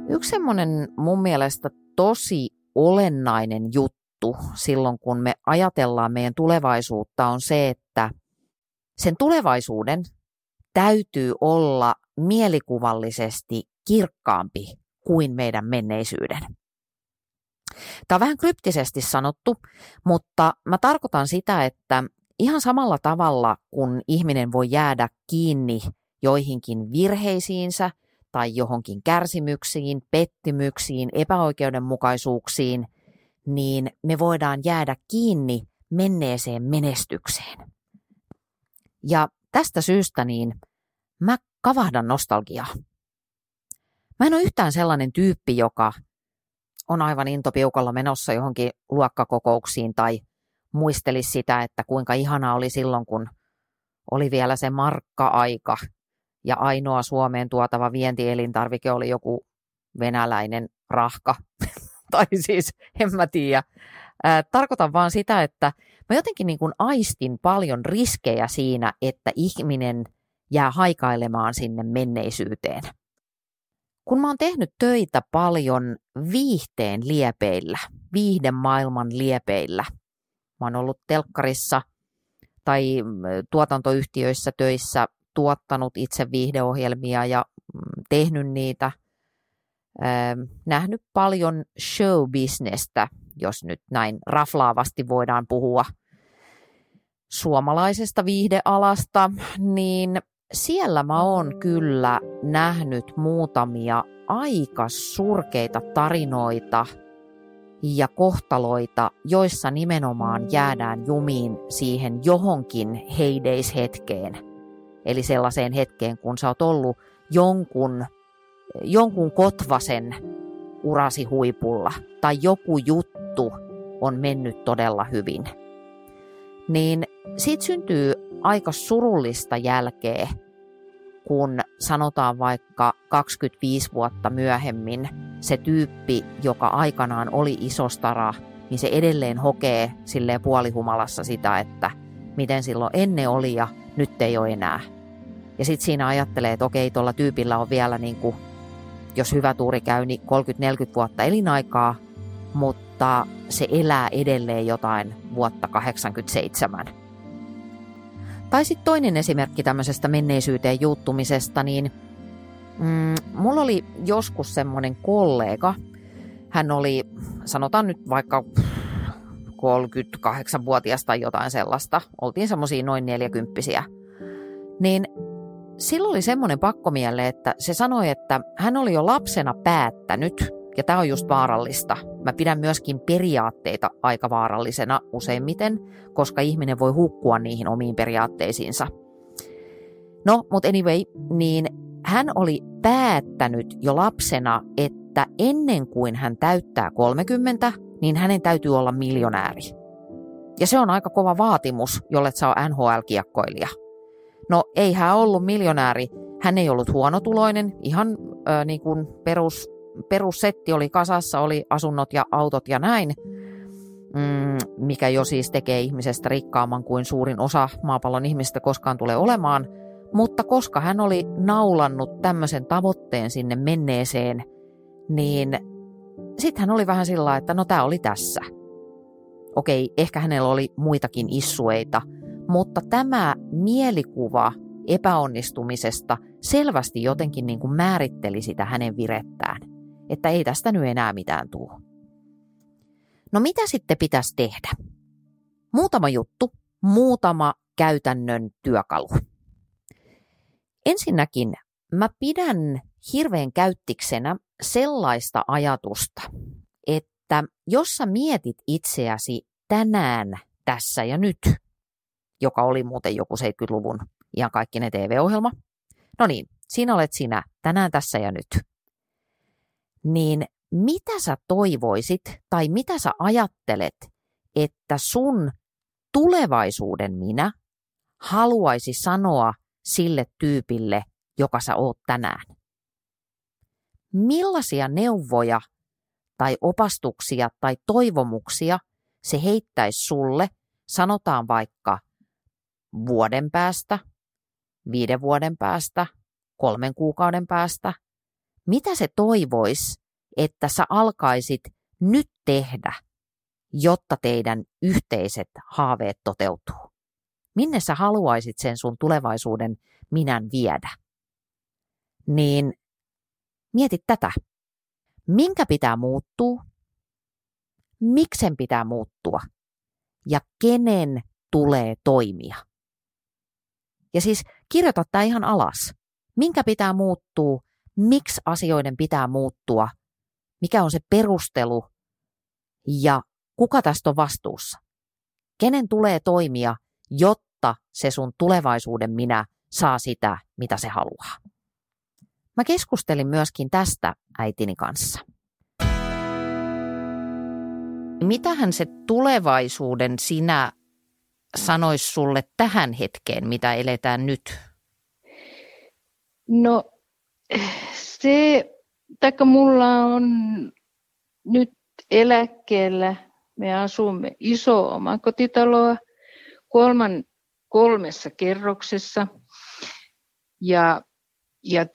Yksi semmoinen mun mielestä tosi olennainen juttu silloin, kun me ajatellaan meidän tulevaisuutta, on se, että sen tulevaisuuden täytyy olla mielikuvallisesti kirkkaampi kuin meidän menneisyyden. Tämä on vähän kryptisesti sanottu, mutta mä tarkoitan sitä, että ihan samalla tavalla, kun ihminen voi jäädä kiinni joihinkin virheisiinsä tai johonkin kärsimyksiin, pettymyksiin, epäoikeudenmukaisuuksiin, niin me voidaan jäädä kiinni menneeseen menestykseen. Ja tästä syystä niin mä kavahdan nostalgiaa. Mä en ole yhtään sellainen tyyppi, joka on aivan intopiukalla menossa johonkin luokkakokouksiin tai muistelisi sitä, että kuinka ihanaa oli silloin, kun oli vielä se markka-aika ja ainoa Suomeen tuotava vientielintarvike oli joku venäläinen rahka. Tai siis, en mä tiedä. Tarkoitan vaan sitä, että mä jotenkin niin kuin aistin paljon riskejä siinä, että ihminen jää haikailemaan sinne menneisyyteen. Kun mä oon tehnyt töitä paljon viihteen liepeillä, viihdemaailman liepeillä, mä oon ollut telkkarissa tai tuotantoyhtiöissä töissä, tuottanut itse viihdeohjelmia ja tehnyt niitä, nähnyt paljon show-bisnestä, jos nyt näin raflaavasti voidaan puhua suomalaisesta viihdealasta, niin siellä mä oon kyllä nähnyt muutamia aika surkeita tarinoita ja kohtaloita, joissa nimenomaan jäädään jumiin siihen johonkin heideishetkeen. Eli sellaiseen hetkeen, kun sä oot ollut jonkun kotvasen urasi huipulla tai joku juttu on mennyt todella hyvin. Niin siitä syntyy aika surullista jälkeä, kun sanotaan vaikka 25 vuotta myöhemmin se tyyppi, joka aikanaan oli isostara, niin se edelleen hokee silleen puolihumalassa sitä, että miten silloin ennen oli ja nyt ei ole enää. Ja sitten siinä ajattelee, että okei, tuolla tyypillä on vielä, niin kuin, jos hyvä tuuri käy, niin 30-40 vuotta elinaikaa, mutta se elää edelleen jotain vuotta 87. Tai sitten toinen esimerkki tämmöisestä menneisyyteen juuttumisesta, niin mulla oli joskus semmoinen kollega, hän oli, sanotaan nyt vaikka 38-vuotias tai jotain sellaista, oltiin semmoisia noin 40-vuotiaita, niin silloin oli semmoinen pakkomielle, että se sanoi, että hän oli jo lapsena päättänyt, ja tämä on just vaarallista. Mä pidän myöskin periaatteita aika vaarallisena useimmiten, koska ihminen voi hukkua niihin omiin periaatteisiinsa. No, mutta anyway, niin hän oli päättänyt jo lapsena, että ennen kuin hän täyttää 30, niin hänen täytyy olla miljonääri. Ja se on aika kova vaatimus, jolle sä oot NHL-kiekkoilija. No, ei hän ollut miljonääri. Hän ei ollut huonotuloinen, ihan niin kuin perussetti oli kasassa, oli asunnot ja autot ja näin, mikä jo siis tekee ihmisestä rikkaamman kuin suurin osa maapallon ihmistä koskaan tulee olemaan. Mutta koska hän oli naulannut tämmöisen tavoitteen sinne menneeseen, niin sitten hän oli vähän sillä, että no tämä oli tässä. Okei, ehkä hänellä oli muitakin issueita, mutta tämä mielikuva epäonnistumisesta selvästi jotenkin niin kuin määritteli sitä hänen virettään, että ei tästä nyt enää mitään tule. No mitä sitten pitäisi tehdä? Muutama juttu, muutama käytännön työkalu. Ensinnäkin mä pidän hirveän käyttiksenä sellaista ajatusta, että jos sä mietit itseäsi tänään, tässä ja nyt, joka oli muuten joku 70-luvun ihan kaikkinen TV-ohjelma, no niin, siinä olet sinä tänään, tässä ja nyt, niin mitä sä toivoisit tai mitä sä ajattelet, että sun tulevaisuuden minä haluaisi sanoa sille tyypille, joka sä oot tänään? Millaisia neuvoja tai opastuksia tai toivomuksia se heittäisi sulle, sanotaan vaikka vuoden päästä, 5 vuoden päästä, 3 kuukauden päästä, mitä se toivoisi, että sä alkaisit nyt tehdä, jotta teidän yhteiset haaveet toteutuu? Minne sä haluaisit sen sun tulevaisuuden minän viedä? Niin mieti tätä. Minkä pitää muuttua? Miksen pitää muuttua? Ja kenen tulee toimia? Ja siis kirjoita tämä ihan alas. Minkä pitää muuttua? Miksi asioiden pitää muuttua? Mikä on se perustelu? Ja kuka tästä on vastuussa? Kenen tulee toimia, jotta se sun tulevaisuuden minä saa sitä, mitä se haluaa? Mä keskustelin myöskin tästä äitini kanssa. Mitähän se tulevaisuuden sinä sanoisi sulle tähän hetkeen, mitä eletään nyt? No taikka mulla on nyt eläkkeellä, me asumme iso omakotitaloa 3 kerroksessa ja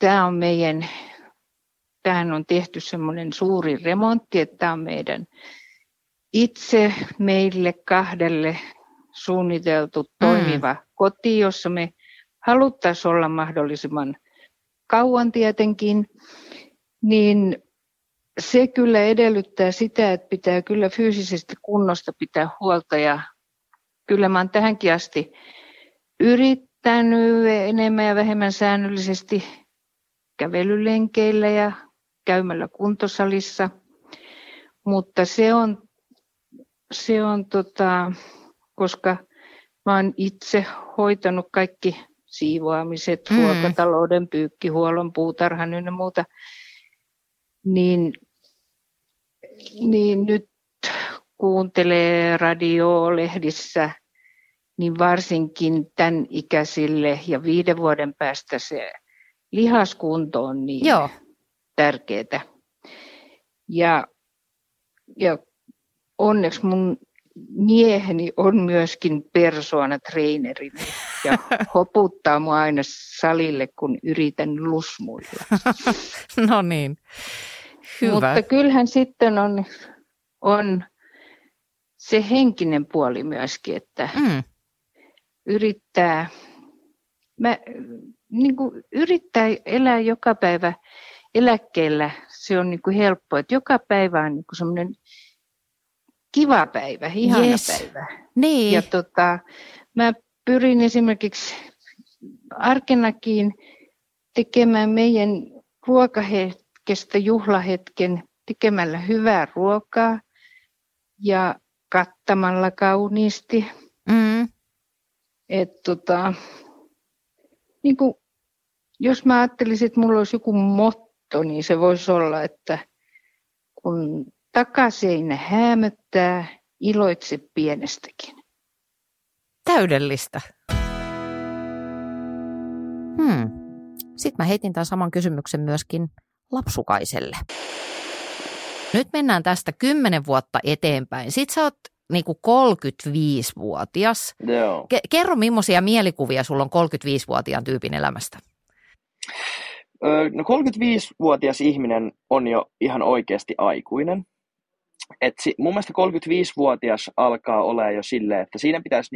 tähän on tehty semmoinen suuri remontti, että tämä on meidän itse meille 2 suunniteltu toimiva koti, jossa me haluttaisiin olla mahdollisimman kauan tietenkin, niin se kyllä edellyttää sitä, että pitää kyllä fyysisesti kunnosta pitää huolta ja kyllä mä oon tähänkin asti yrittänyt enemmän ja vähemmän säännöllisesti kävelylenkeillä ja käymällä kuntosalissa, mutta koska mä oon itse hoitanut kaikki siivoamiset, ruokatalouden, pyykkihuollon, puutarhan ynnä muuta, niin nyt kuuntelee radiolehdissä, niin varsinkin tämän ikäisille ja 5 vuoden päästä se lihaskunto on niin tärkeää. Ja onneksi mun mieheni on myöskin persoonatreinerina ja hoputtaa mua aina salille, kun yritän lusmuilla. No niin, hyvä. Mutta kyllähän sitten on se henkinen puoli myöskin, että yrittää elää joka päivä eläkkeellä. Se on niin kuin helppo, että joka päivä on niin kuin semmoinen kiva päivä, ihana päivä. Niin. Ja mä pyrin esimerkiksi arkenakin tekemään meidän ruokahetkestä juhlahetken tekemällä hyvää ruokaa ja kattamalla kauniisti. Niin kuin, jos mä ajattelisin, että mulla olisi joku motto, niin se voisi olla, että kun takaseinä häämöttää, iloitse pienestäkin. Täydellistä. Sitten mä heitin tämän saman kysymyksen myöskin lapsukaiselle. Nyt mennään tästä 10 vuotta eteenpäin. Sitten sä oot niinku 35-vuotias. Joo. Kerro, millaisia mielikuvia sulla on 35-vuotiaan tyypin elämästä? No 35-vuotias ihminen on jo ihan oikeasti aikuinen. Mun mielestä 35-vuotias alkaa olla jo silleen, että siinä pitäisi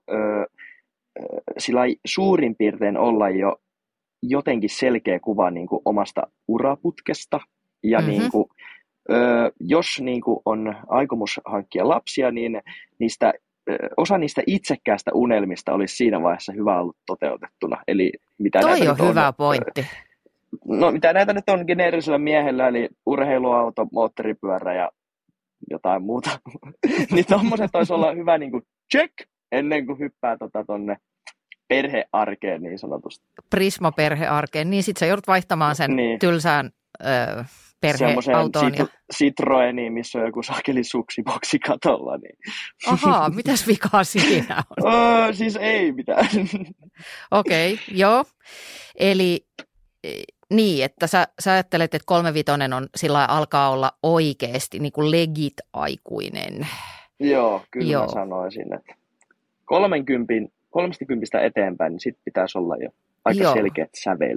suurin piirtein olla jo jotenkin selkeä kuva niinku omasta uraputkesta. Ja jos on aikomus hankkia lapsia, niin osa niistä itsekkäästä unelmista olisi siinä vaiheessa hyvä ollut toteutettuna. Eli mitä toi on hyvä pointti. No mitä näitä nyt on geneerisellä miehellä, eli urheiluauto, moottoripyörä ja jotain muuta. Niin tommoset olisi olla hyvä check ennen kuin hyppää tonne perhearkeen niin sanotusti. Prisma-perhearkeen, niin sit sä joudut vaihtamaan sen tylsään perheautoon. Citroeniin, missä on joku sakeli suksiboksi katolla. Niin. Ahaa, mitäs vikaa siinä on? Siis ei mitään. Okei, joo. Eli niin, että sä ajattelet, että 35 on sillä alkaa olla oikeasti niin kuin legit aikuinen. Joo, kyllä mä sanoisin, että 30 eteenpäin, niin sitten pitäisi olla jo aika selkeät sävelet.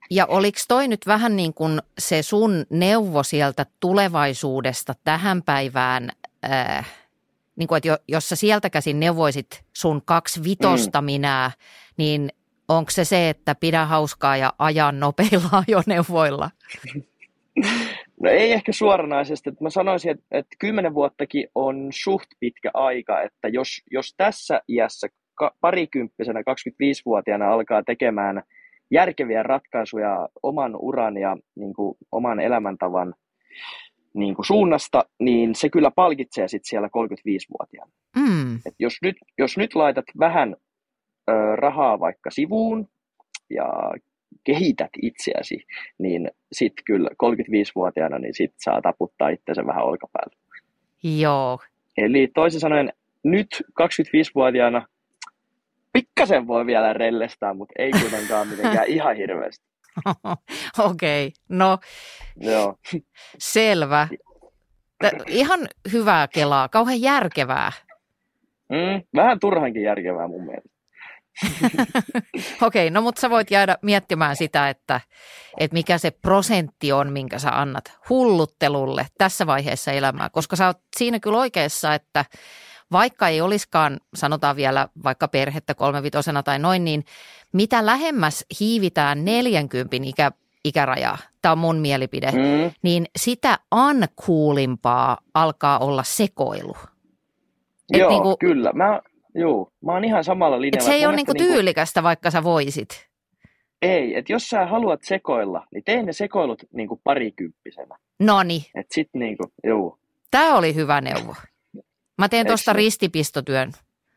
Ja oliko toi nyt vähän niin kuin se sun neuvo sieltä tulevaisuudesta tähän päivään, niin kuin, että jos sä sieltä käsin neuvoisit sun 25 minää, niin onko se, että pidä hauskaa ja aja nopeilla ajoneuvoilla? No ei ehkä suoranaisesti. Mä sanoisin, että 10 vuottakin on suht pitkä aika, että jos tässä iässä parikymppisenä 25-vuotiaana alkaa tekemään järkeviä ratkaisuja oman uran ja niin kuin, oman elämäntavan niin kuin, suunnasta, niin se kyllä palkitsee sit siellä 35-vuotiaana. Et jos nyt laitat vähän rahaa vaikka sivuun ja kehität itseäsi, niin sitten kyllä 35-vuotiaana niin sit saa taputtaa itsensä vähän olkapäälle. Joo. Eli toisin sanoen nyt 25-vuotiaana pikkasen voi vielä rellestää, mutta ei kuitenkaan mitenkään ihan hirveästi. Okei, no joo. Selvä. Ihan hyvää kelaa, kauhean järkevää. Vähän turhankin järkevää mun mielestä. Okei, no mutta sä voit jäädä miettimään sitä, että mikä se prosentti on, minkä sä annat hulluttelulle tässä vaiheessa elämää, koska sä oot siinä kyllä oikeassa, että vaikka ei olisikaan, sanotaan vielä vaikka perhettä 35 tai noin, niin mitä lähemmäs hiivitään 40 ikärajaa, tämä on mun mielipide, niin sitä uncoolimpaa alkaa olla sekoilu. Joo, niin kuin, kyllä. Mä oon ihan samalla linjalla. Se ei ole tyylikästä, vaikka sä voisit. Ei, että jos sä haluat sekoilla, niin tee ne sekoilut niinku parikymppisenä. Noniin. Et sit niinku, juu. Tää oli hyvä neuvo. Mä teen tuosta ristipistotyön.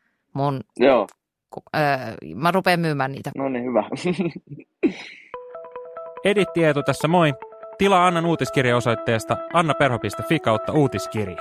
Mä rupean myymään niitä. No niin, hyvä. Editti Eetu tässä moi. Tilaa Annan uutiskirja osoitteesta annaperho.fi/uutiskirje.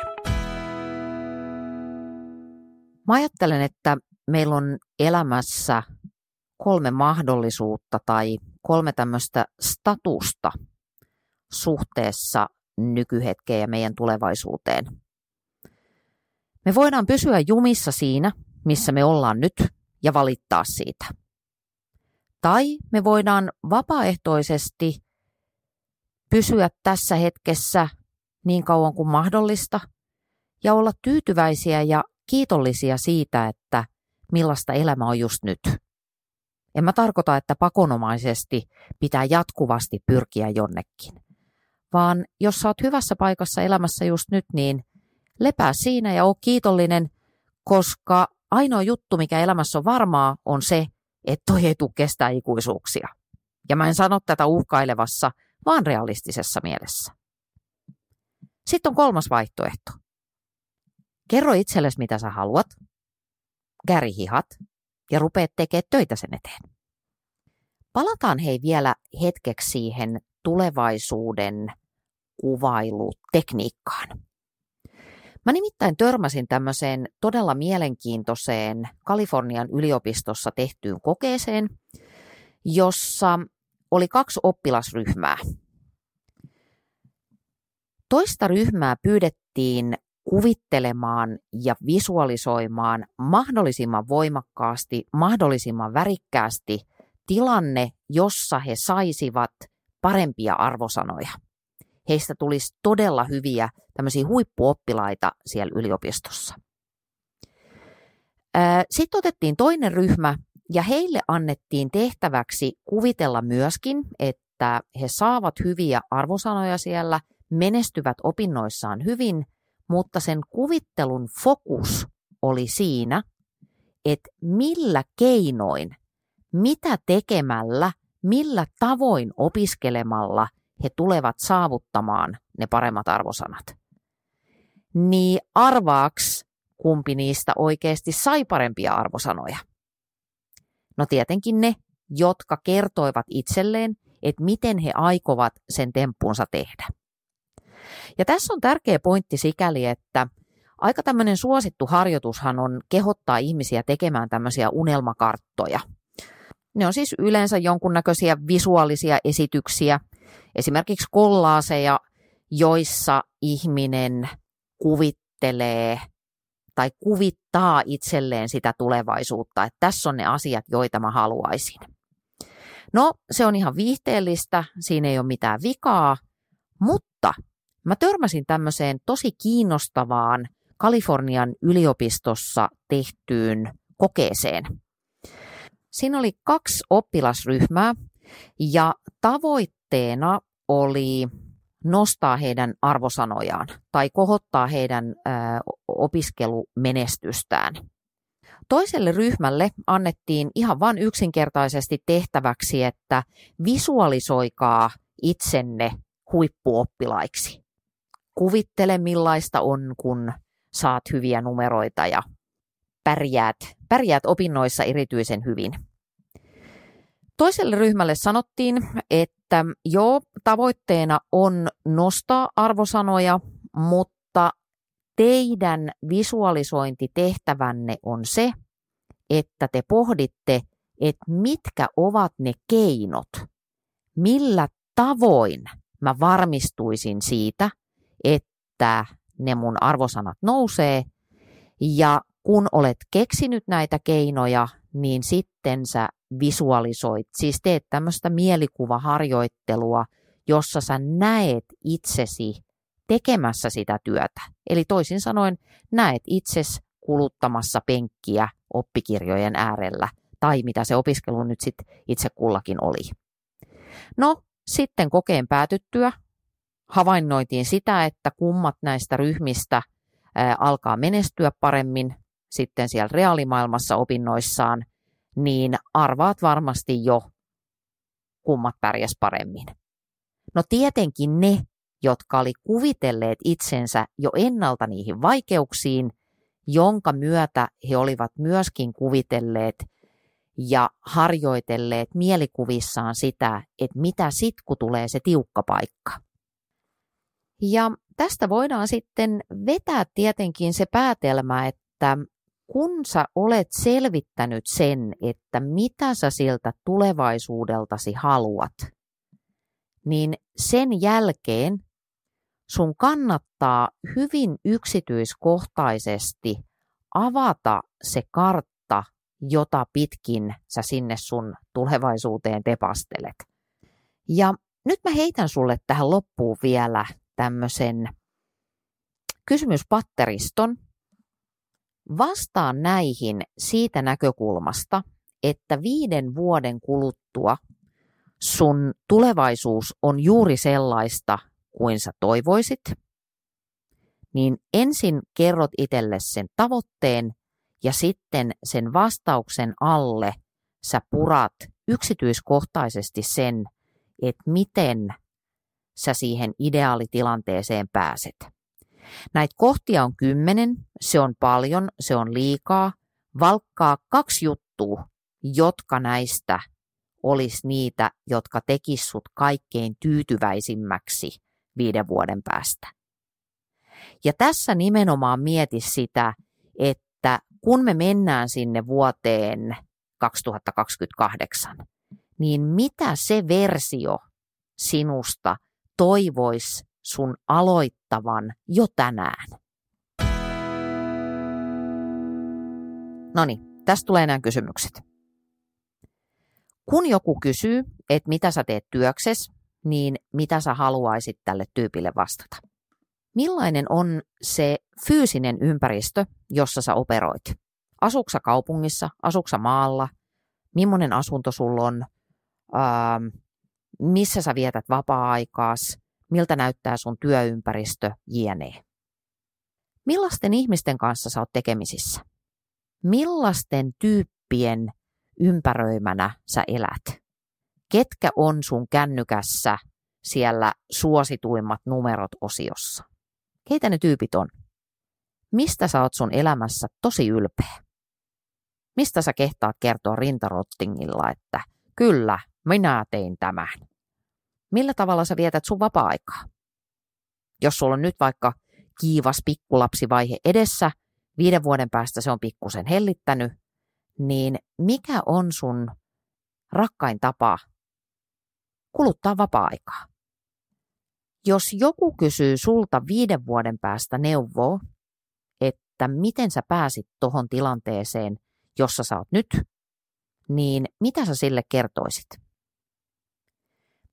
Mä ajattelen, että meillä on elämässä 3 mahdollisuutta tai 3 tämmöistä statusta suhteessa nykyhetkeen ja meidän tulevaisuuteen. Me voidaan pysyä jumissa siinä, missä me ollaan nyt ja valittaa siitä. Tai me voidaan vapaaehtoisesti pysyä tässä hetkessä niin kauan kuin mahdollista ja olla tyytyväisiä ja kiitollisia siitä, että millaista elämä on just nyt. En mä tarkoita, että pakonomaisesti pitää jatkuvasti pyrkiä jonnekin, vaan jos sä oot hyvässä paikassa elämässä just nyt, niin lepää siinä ja oo kiitollinen, koska ainoa juttu, mikä elämässä on varmaa, on se, että toi ei tule kestää ikuisuuksia. Ja mä en sano tätä uhkailevassa, vaan realistisessa mielessä. Sitten on 3. vaihtoehto. Kerro itsellesi, mitä sä haluat, kääri hihat ja rupeat tekemään töitä sen eteen. Palataan hei vielä hetkeksi siihen tulevaisuuden kuvailutekniikkaan. Mä nimittäin törmäsin tämmöiseen todella mielenkiintoiseen Kalifornian yliopistossa tehtyyn kokeeseen, jossa oli 2 oppilasryhmää. Toista ryhmää pyydettiin kuvittelemaan ja visualisoimaan mahdollisimman voimakkaasti, mahdollisimman värikkäästi tilanne, jossa he saisivat parempia arvosanoja. Heistä tulisi todella hyviä tämmöisiä huippuoppilaita siellä yliopistossa. Sitten otettiin toinen ryhmä ja heille annettiin tehtäväksi kuvitella myöskin, että he saavat hyviä arvosanoja siellä, menestyvät opinnoissaan hyvin, mutta sen kuvittelun fokus oli siinä, että millä keinoin, mitä tekemällä, millä tavoin opiskelemalla he tulevat saavuttamaan ne paremmat arvosanat. Niin arvaaks, kumpi niistä oikeasti sai parempia arvosanoja? No tietenkin ne, jotka kertoivat itselleen, että miten he aikovat sen temppunsa tehdä. Ja tässä on tärkeä pointti sikäli, että aika tämmöinen suosittu harjoitushan on kehottaa ihmisiä tekemään tämmöisiä unelmakarttoja. Ne on siis yleensä jonkunnäköisiä visuaalisia esityksiä, esimerkiksi kollaaseja, joissa ihminen kuvittelee tai kuvittaa itselleen sitä tulevaisuutta, että tässä on ne asiat, joita mä haluaisin. No, se on ihan viihteellistä, siinä ei ole mitään vikaa, mutta mä törmäsin tämmöiseen tosi kiinnostavaan Kalifornian yliopistossa tehtyyn kokeeseen. Siinä oli 2 oppilasryhmää ja tavoitteena oli nostaa heidän arvosanojaan tai kohottaa heidän opiskelumenestystään. Toiselle ryhmälle annettiin ihan vain yksinkertaisesti tehtäväksi, että visualisoikaa itsenne huippuoppilaiksi. Kuvittele millaista on, kun saat hyviä numeroita ja pärjäät opinnoissa erityisen hyvin. Toiselle ryhmälle sanottiin, että joo, tavoitteena on nostaa arvosanoja, mutta teidän visualisointitehtävänne on se, että te pohditte, että mitkä ovat ne keinot, millä tavoin mä varmistuisin siitä, että ne mun arvosanat nousee, ja kun olet keksinyt näitä keinoja, niin sitten sä visualisoit, siis teet tämmöistä mielikuvaharjoittelua, jossa sä näet itsesi tekemässä sitä työtä. Eli toisin sanoen näet itsesi kuluttamassa penkkiä oppikirjojen äärellä, tai mitä se opiskelu nyt sitten itse kullakin oli. No, sitten kokeen päätyttyä havainnoitiin sitä, että kummat näistä ryhmistä alkaa menestyä paremmin sitten siellä reaalimaailmassa opinnoissaan, niin arvaat varmasti jo, kummat pärjäs paremmin. No tietenkin ne, jotka oli kuvitelleet itsensä jo ennalta niihin vaikeuksiin, jonka myötä he olivat myöskin kuvitelleet ja harjoitelleet mielikuvissaan sitä, että mitä sitten, kun tulee se tiukka paikka. Ja tästä voidaan sitten vetää tietenkin se päätelmä, että kun sä olet selvittänyt sen, että mitä sä siltä tulevaisuudeltasi haluat, niin sen jälkeen sun kannattaa hyvin yksityiskohtaisesti avata se kartta, jota pitkin sä sinne sun tulevaisuuteen tepastelet. Ja nyt mä heitän sulle tähän loppuun vielä tämmöisen kysymyspatteriston. Vastaan näihin siitä näkökulmasta, että 5 vuoden kuluttua sun tulevaisuus on juuri sellaista kuin sä toivoisit, niin ensin kerrot itsellesi sen tavoitteen ja sitten sen vastauksen alle sä purat yksityiskohtaisesti sen, että miten sä siihen ideaalitilanteeseen pääset. Näitä kohtia on 10, se on paljon, se on liikaa. Valkkaa 2 juttua, jotka näistä olisi niitä, jotka tekis sut kaikkein tyytyväisimmäksi 5 vuoden päästä. Ja tässä nimenomaan mieti sitä, että kun me mennään sinne vuoteen 2028, niin mitä se versio sinusta toivoisi sun aloittavan jo tänään? Noniin, tästä tulee nämä kysymykset. Kun joku kysyy, että mitä sä teet työksesi, niin mitä sä haluaisit tälle tyypille vastata? Millainen on se fyysinen ympäristö, jossa sä operoit? Asuuko sä kaupungissa, asuuko sä maalla, millainen asunto sulla on, missä sä vietät vapaa-aikaas, miltä näyttää sun työympäristö, jne. Millaisten ihmisten kanssa sä oot tekemisissä? Millaisten tyyppien ympäröimänä sä elät? Ketkä on sun kännykässä siellä suosituimmat numerot -osiossa? Keitä ne tyypit on? Mistä sä oot sun elämässä tosi ylpeä? Mistä sä kehtaat kertoa rintarottingilla, että kyllä, minä tein tämän? Millä tavalla sä vietät sun vapaa-aikaa? Jos sulla on nyt vaikka kiivas pikkulapsivaihe edessä, 5 vuoden päästä se on pikkusen hellittänyt, niin mikä on sun rakkain tapa kuluttaa vapaa-aikaa? Jos joku kysyy sulta 5 vuoden päästä neuvoa, että miten sä pääsit tohon tilanteeseen, jossa sä oot nyt, niin mitä sä sille kertoisit?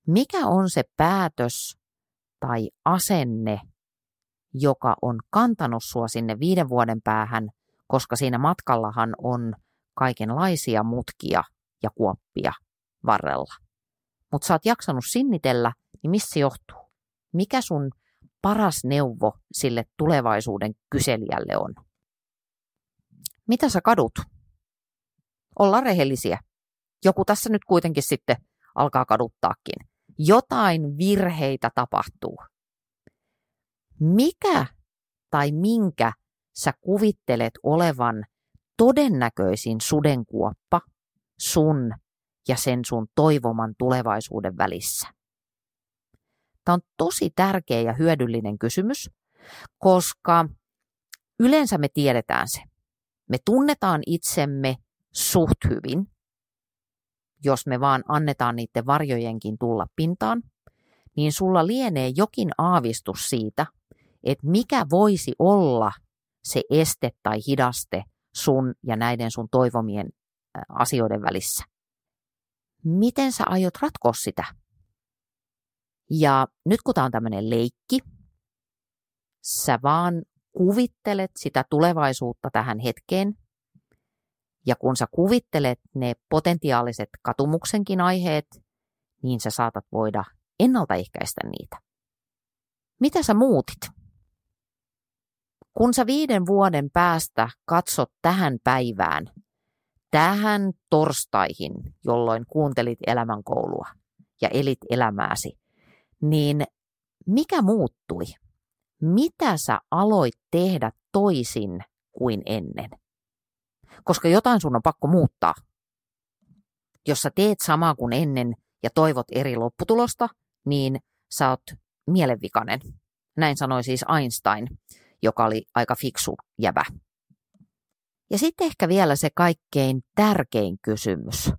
Mikä on se päätös tai asenne, joka on kantanut sua sinne 5 vuoden päähän, koska siinä matkallahan on kaikenlaisia mutkia ja kuoppia varrella. Mutta sä oot jaksanut sinnitellä, niin missä se johtuu? Mikä sun paras neuvo sille tulevaisuuden kyselijälle on? Mitä sä kadut? Ollaan rehellisiä. Joku tässä nyt kuitenkin sitten alkaa kaduttaakin. Jotain virheitä tapahtuu. Mikä tai minkä sä kuvittelet olevan todennäköisin sudenkuoppa sun ja sen sun toivoman tulevaisuuden välissä? Tämä on tosi tärkeä ja hyödyllinen kysymys, koska yleensä me tiedetään se. Me tunnetaan itsemme suht hyvin, jos me vaan annetaan niiden varjojenkin tulla pintaan, niin sulla lienee jokin aavistus siitä, että mikä voisi olla se este tai hidaste sun ja näiden sun toivomien asioiden välissä. Miten sä aiot ratkoa sitä? Ja nyt kun tää on tämmöinen leikki, sä vaan kuvittelet sitä tulevaisuutta tähän hetkeen, ja kun sä kuvittelet ne potentiaaliset katumuksenkin aiheet, niin sä saatat voida ennaltaehkäistä niitä. Mitä sä muutit? Kun sä 5 vuoden päästä katsot tähän päivään, tähän torstaihin, jolloin kuuntelit elämänkoulua ja elit elämääsi, niin mikä muuttui? Mitä sä aloit tehdä toisin kuin ennen? Koska jotain sun on pakko muuttaa. Jos sä teet samaa kuin ennen ja toivot eri lopputulosta, niin sä oot mielenvikainen. Näin sanoi siis Einstein, joka oli aika fiksu jäbä. Ja sitten ehkä vielä se kaikkein tärkein kysymys.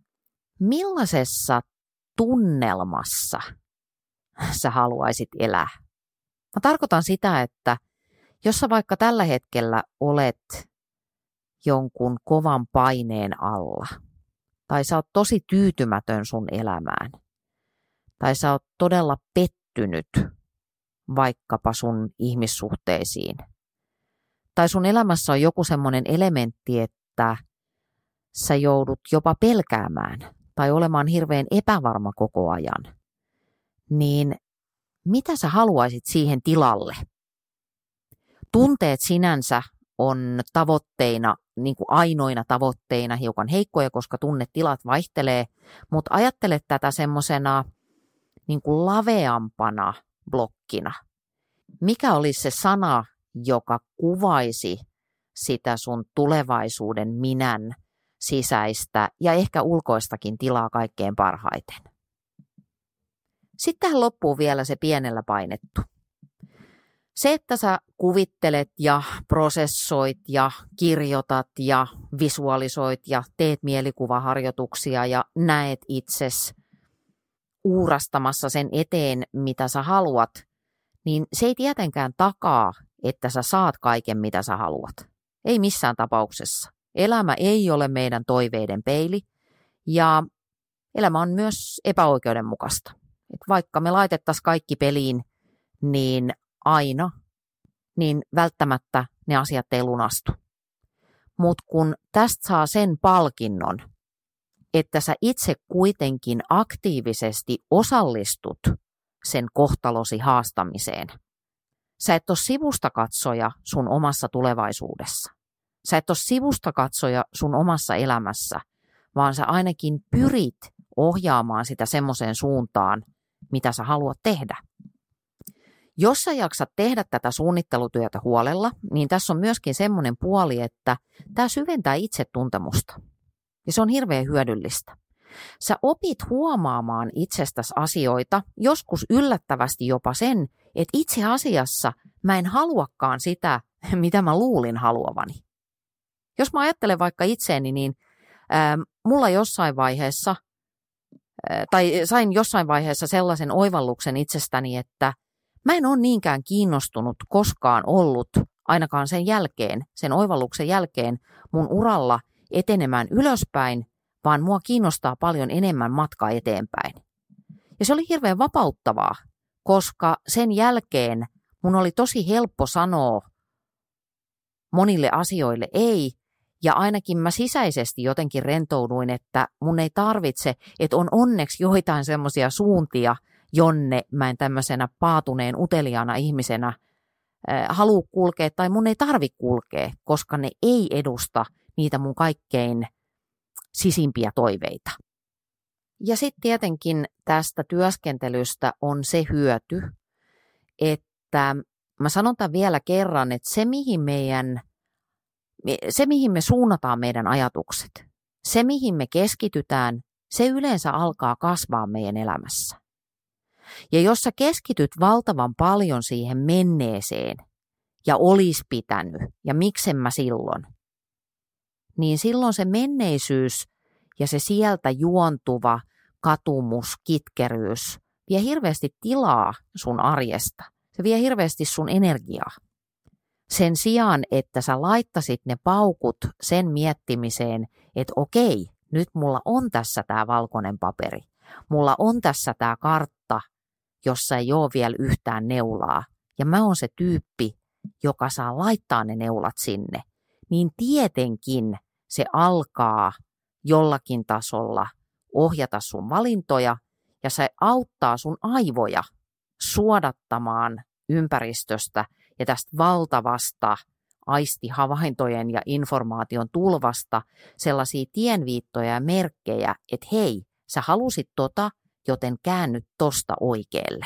Millaisessa tunnelmassa sä haluaisit elää? Mä tarkoitan sitä, että jos sä vaikka tällä hetkellä olet jonkun kovan paineen alla, tai sä oot tosi tyytymätön sun elämään, tai sä oot todella pettynyt vaikkapa sun ihmissuhteisiin, tai sun elämässä on joku semmoinen elementti, että sä joudut jopa pelkäämään tai olemaan hirveän epävarma koko ajan, niin mitä sä haluaisit siihen tilalle? Tunteet sinänsä on tavoitteina, niin kuin ainoina tavoitteina hiukan heikkoja, koska tunnetilat vaihtelee, mutta ajattele tätä semmoisena niin kuin laveampana blokkina. Mikä olisi se sana, joka kuvaisi sitä sun tulevaisuuden minän sisäistä ja ehkä ulkoistakin tilaa kaikkein parhaiten? Sitten tähän loppuu vielä se pienellä painettu. Se, että sä kuvittelet ja prosessoit ja kirjoitat ja visualisoit ja teet mielikuvaharjoituksia ja näet itsesi uurastamassa sen eteen, mitä sä haluat, niin se ei tietenkään takaa, että sä saat kaiken, mitä sä haluat. Ei missään tapauksessa. Elämä ei ole meidän toiveiden peili ja elämä on myös epäoikeudenmukaista. Et vaikka me laitettaisiin kaikki peliin, niin aina, niin välttämättä ne asiat ei lunastu. Mutta kun tästä saa sen palkinnon, että sä itse kuitenkin aktiivisesti osallistut sen kohtalosi haastamiseen. Sä et ole sivustakatsoja sun omassa tulevaisuudessa. Sä et ole sivustakatsoja sun omassa elämässä, vaan sä ainakin pyrit ohjaamaan sitä semmoiseen suuntaan, mitä sä haluat tehdä. Jos sä jaksat tehdä tätä suunnittelutyötä huolella, niin tässä on myöskin semmoinen puoli, että tämä syventää itsetuntemusta. Ja se on hirveän hyödyllistä. Sä opit huomaamaan itsestäsi asioita, joskus yllättävästi jopa sen, että itse asiassa mä en haluakaan sitä, mitä mä luulin haluavani. Jos mä ajattelen vaikka itseäni, niin mulla jossain vaiheessa, tai sain jossain vaiheessa sellaisen oivalluksen itsestäni, että mä en ole niinkään kiinnostunut koskaan ollut, ainakaan sen jälkeen, sen oivalluksen jälkeen mun uralla etenemään ylöspäin, vaan mua kiinnostaa paljon enemmän matka eteenpäin. Ja se oli hirveän vapauttavaa, koska sen jälkeen mun oli tosi helppo sanoa monille asioille ei, ja ainakin mä sisäisesti jotenkin rentouduin, että mun ei tarvitse, että on onneksi joitain semmoisia suuntia, jonne mä en tämmöisenä paatuneen uteliaana ihmisenä halua kulkea tai mun ei tarvitse kulkea, koska ne ei edusta niitä mun kaikkein sisimpiä toiveita. Ja sitten tietenkin tästä työskentelystä on se hyöty, että mä sanon tämän vielä kerran, että se mihin me suunnataan meidän ajatukset, se mihin me keskitytään, se yleensä alkaa kasvaa meidän elämässä. Ja jos sä keskityt valtavan paljon siihen menneeseen ja olisi pitänyt ja miksen mä silloin, niin silloin se menneisyys ja se sieltä juontuva katumus, kitkeryys vie hirveästi tilaa sun arjesta. Se vie hirveästi sun energiaa. Sen sijaan, että sä laittasit ne paukut sen miettimiseen, että okei, nyt mulla on tässä tää valkoinen paperi. Mulla on tässä tää kartta, jossa ei ole vielä yhtään neulaa. Ja mä oon se tyyppi, joka saa laittaa ne neulat sinne. Niin tietenkin se alkaa jollakin tasolla ohjata sun valintoja ja se auttaa sun aivoja suodattamaan ympäristöstä ja tästä valtavasta aistihavaintojen ja informaation tulvasta sellaisia tienviittoja ja merkkejä, että hei, sä halusit joten käänny tosta oikealle.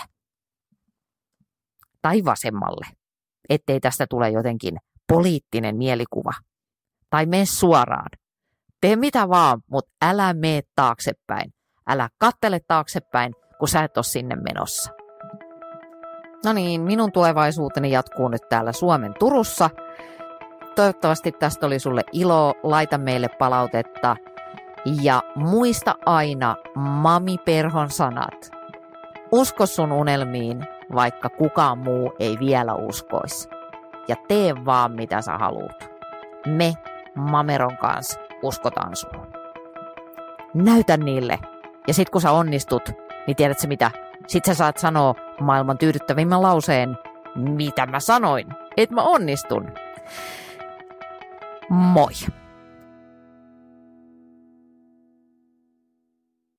Tai vasemmalle, ettei tästä tule jotenkin poliittinen mielikuva. Tai mene suoraan. Tee mitä vaan, mutta älä mene taaksepäin. Älä kattele taaksepäin, kun sä et ole sinne menossa. No niin, minun tulevaisuuteni jatkuu nyt täällä Suomen Turussa. Toivottavasti tästä oli sulle ilo. Laita meille palautetta. Ja muista aina Mami Perhon sanat. Usko sun unelmiin, vaikka kukaan muu ei vielä uskoisi. Ja tee vaan mitä sä haluut. Me Mameron kanssa uskotaan suun. Näytä niille. Ja sit kun sä onnistut, niin tiedätkö mitä? Sit sä saat sanoa maailman tyydyttävimmän lauseen, mitä mä sanoin, että mä onnistun. Moi!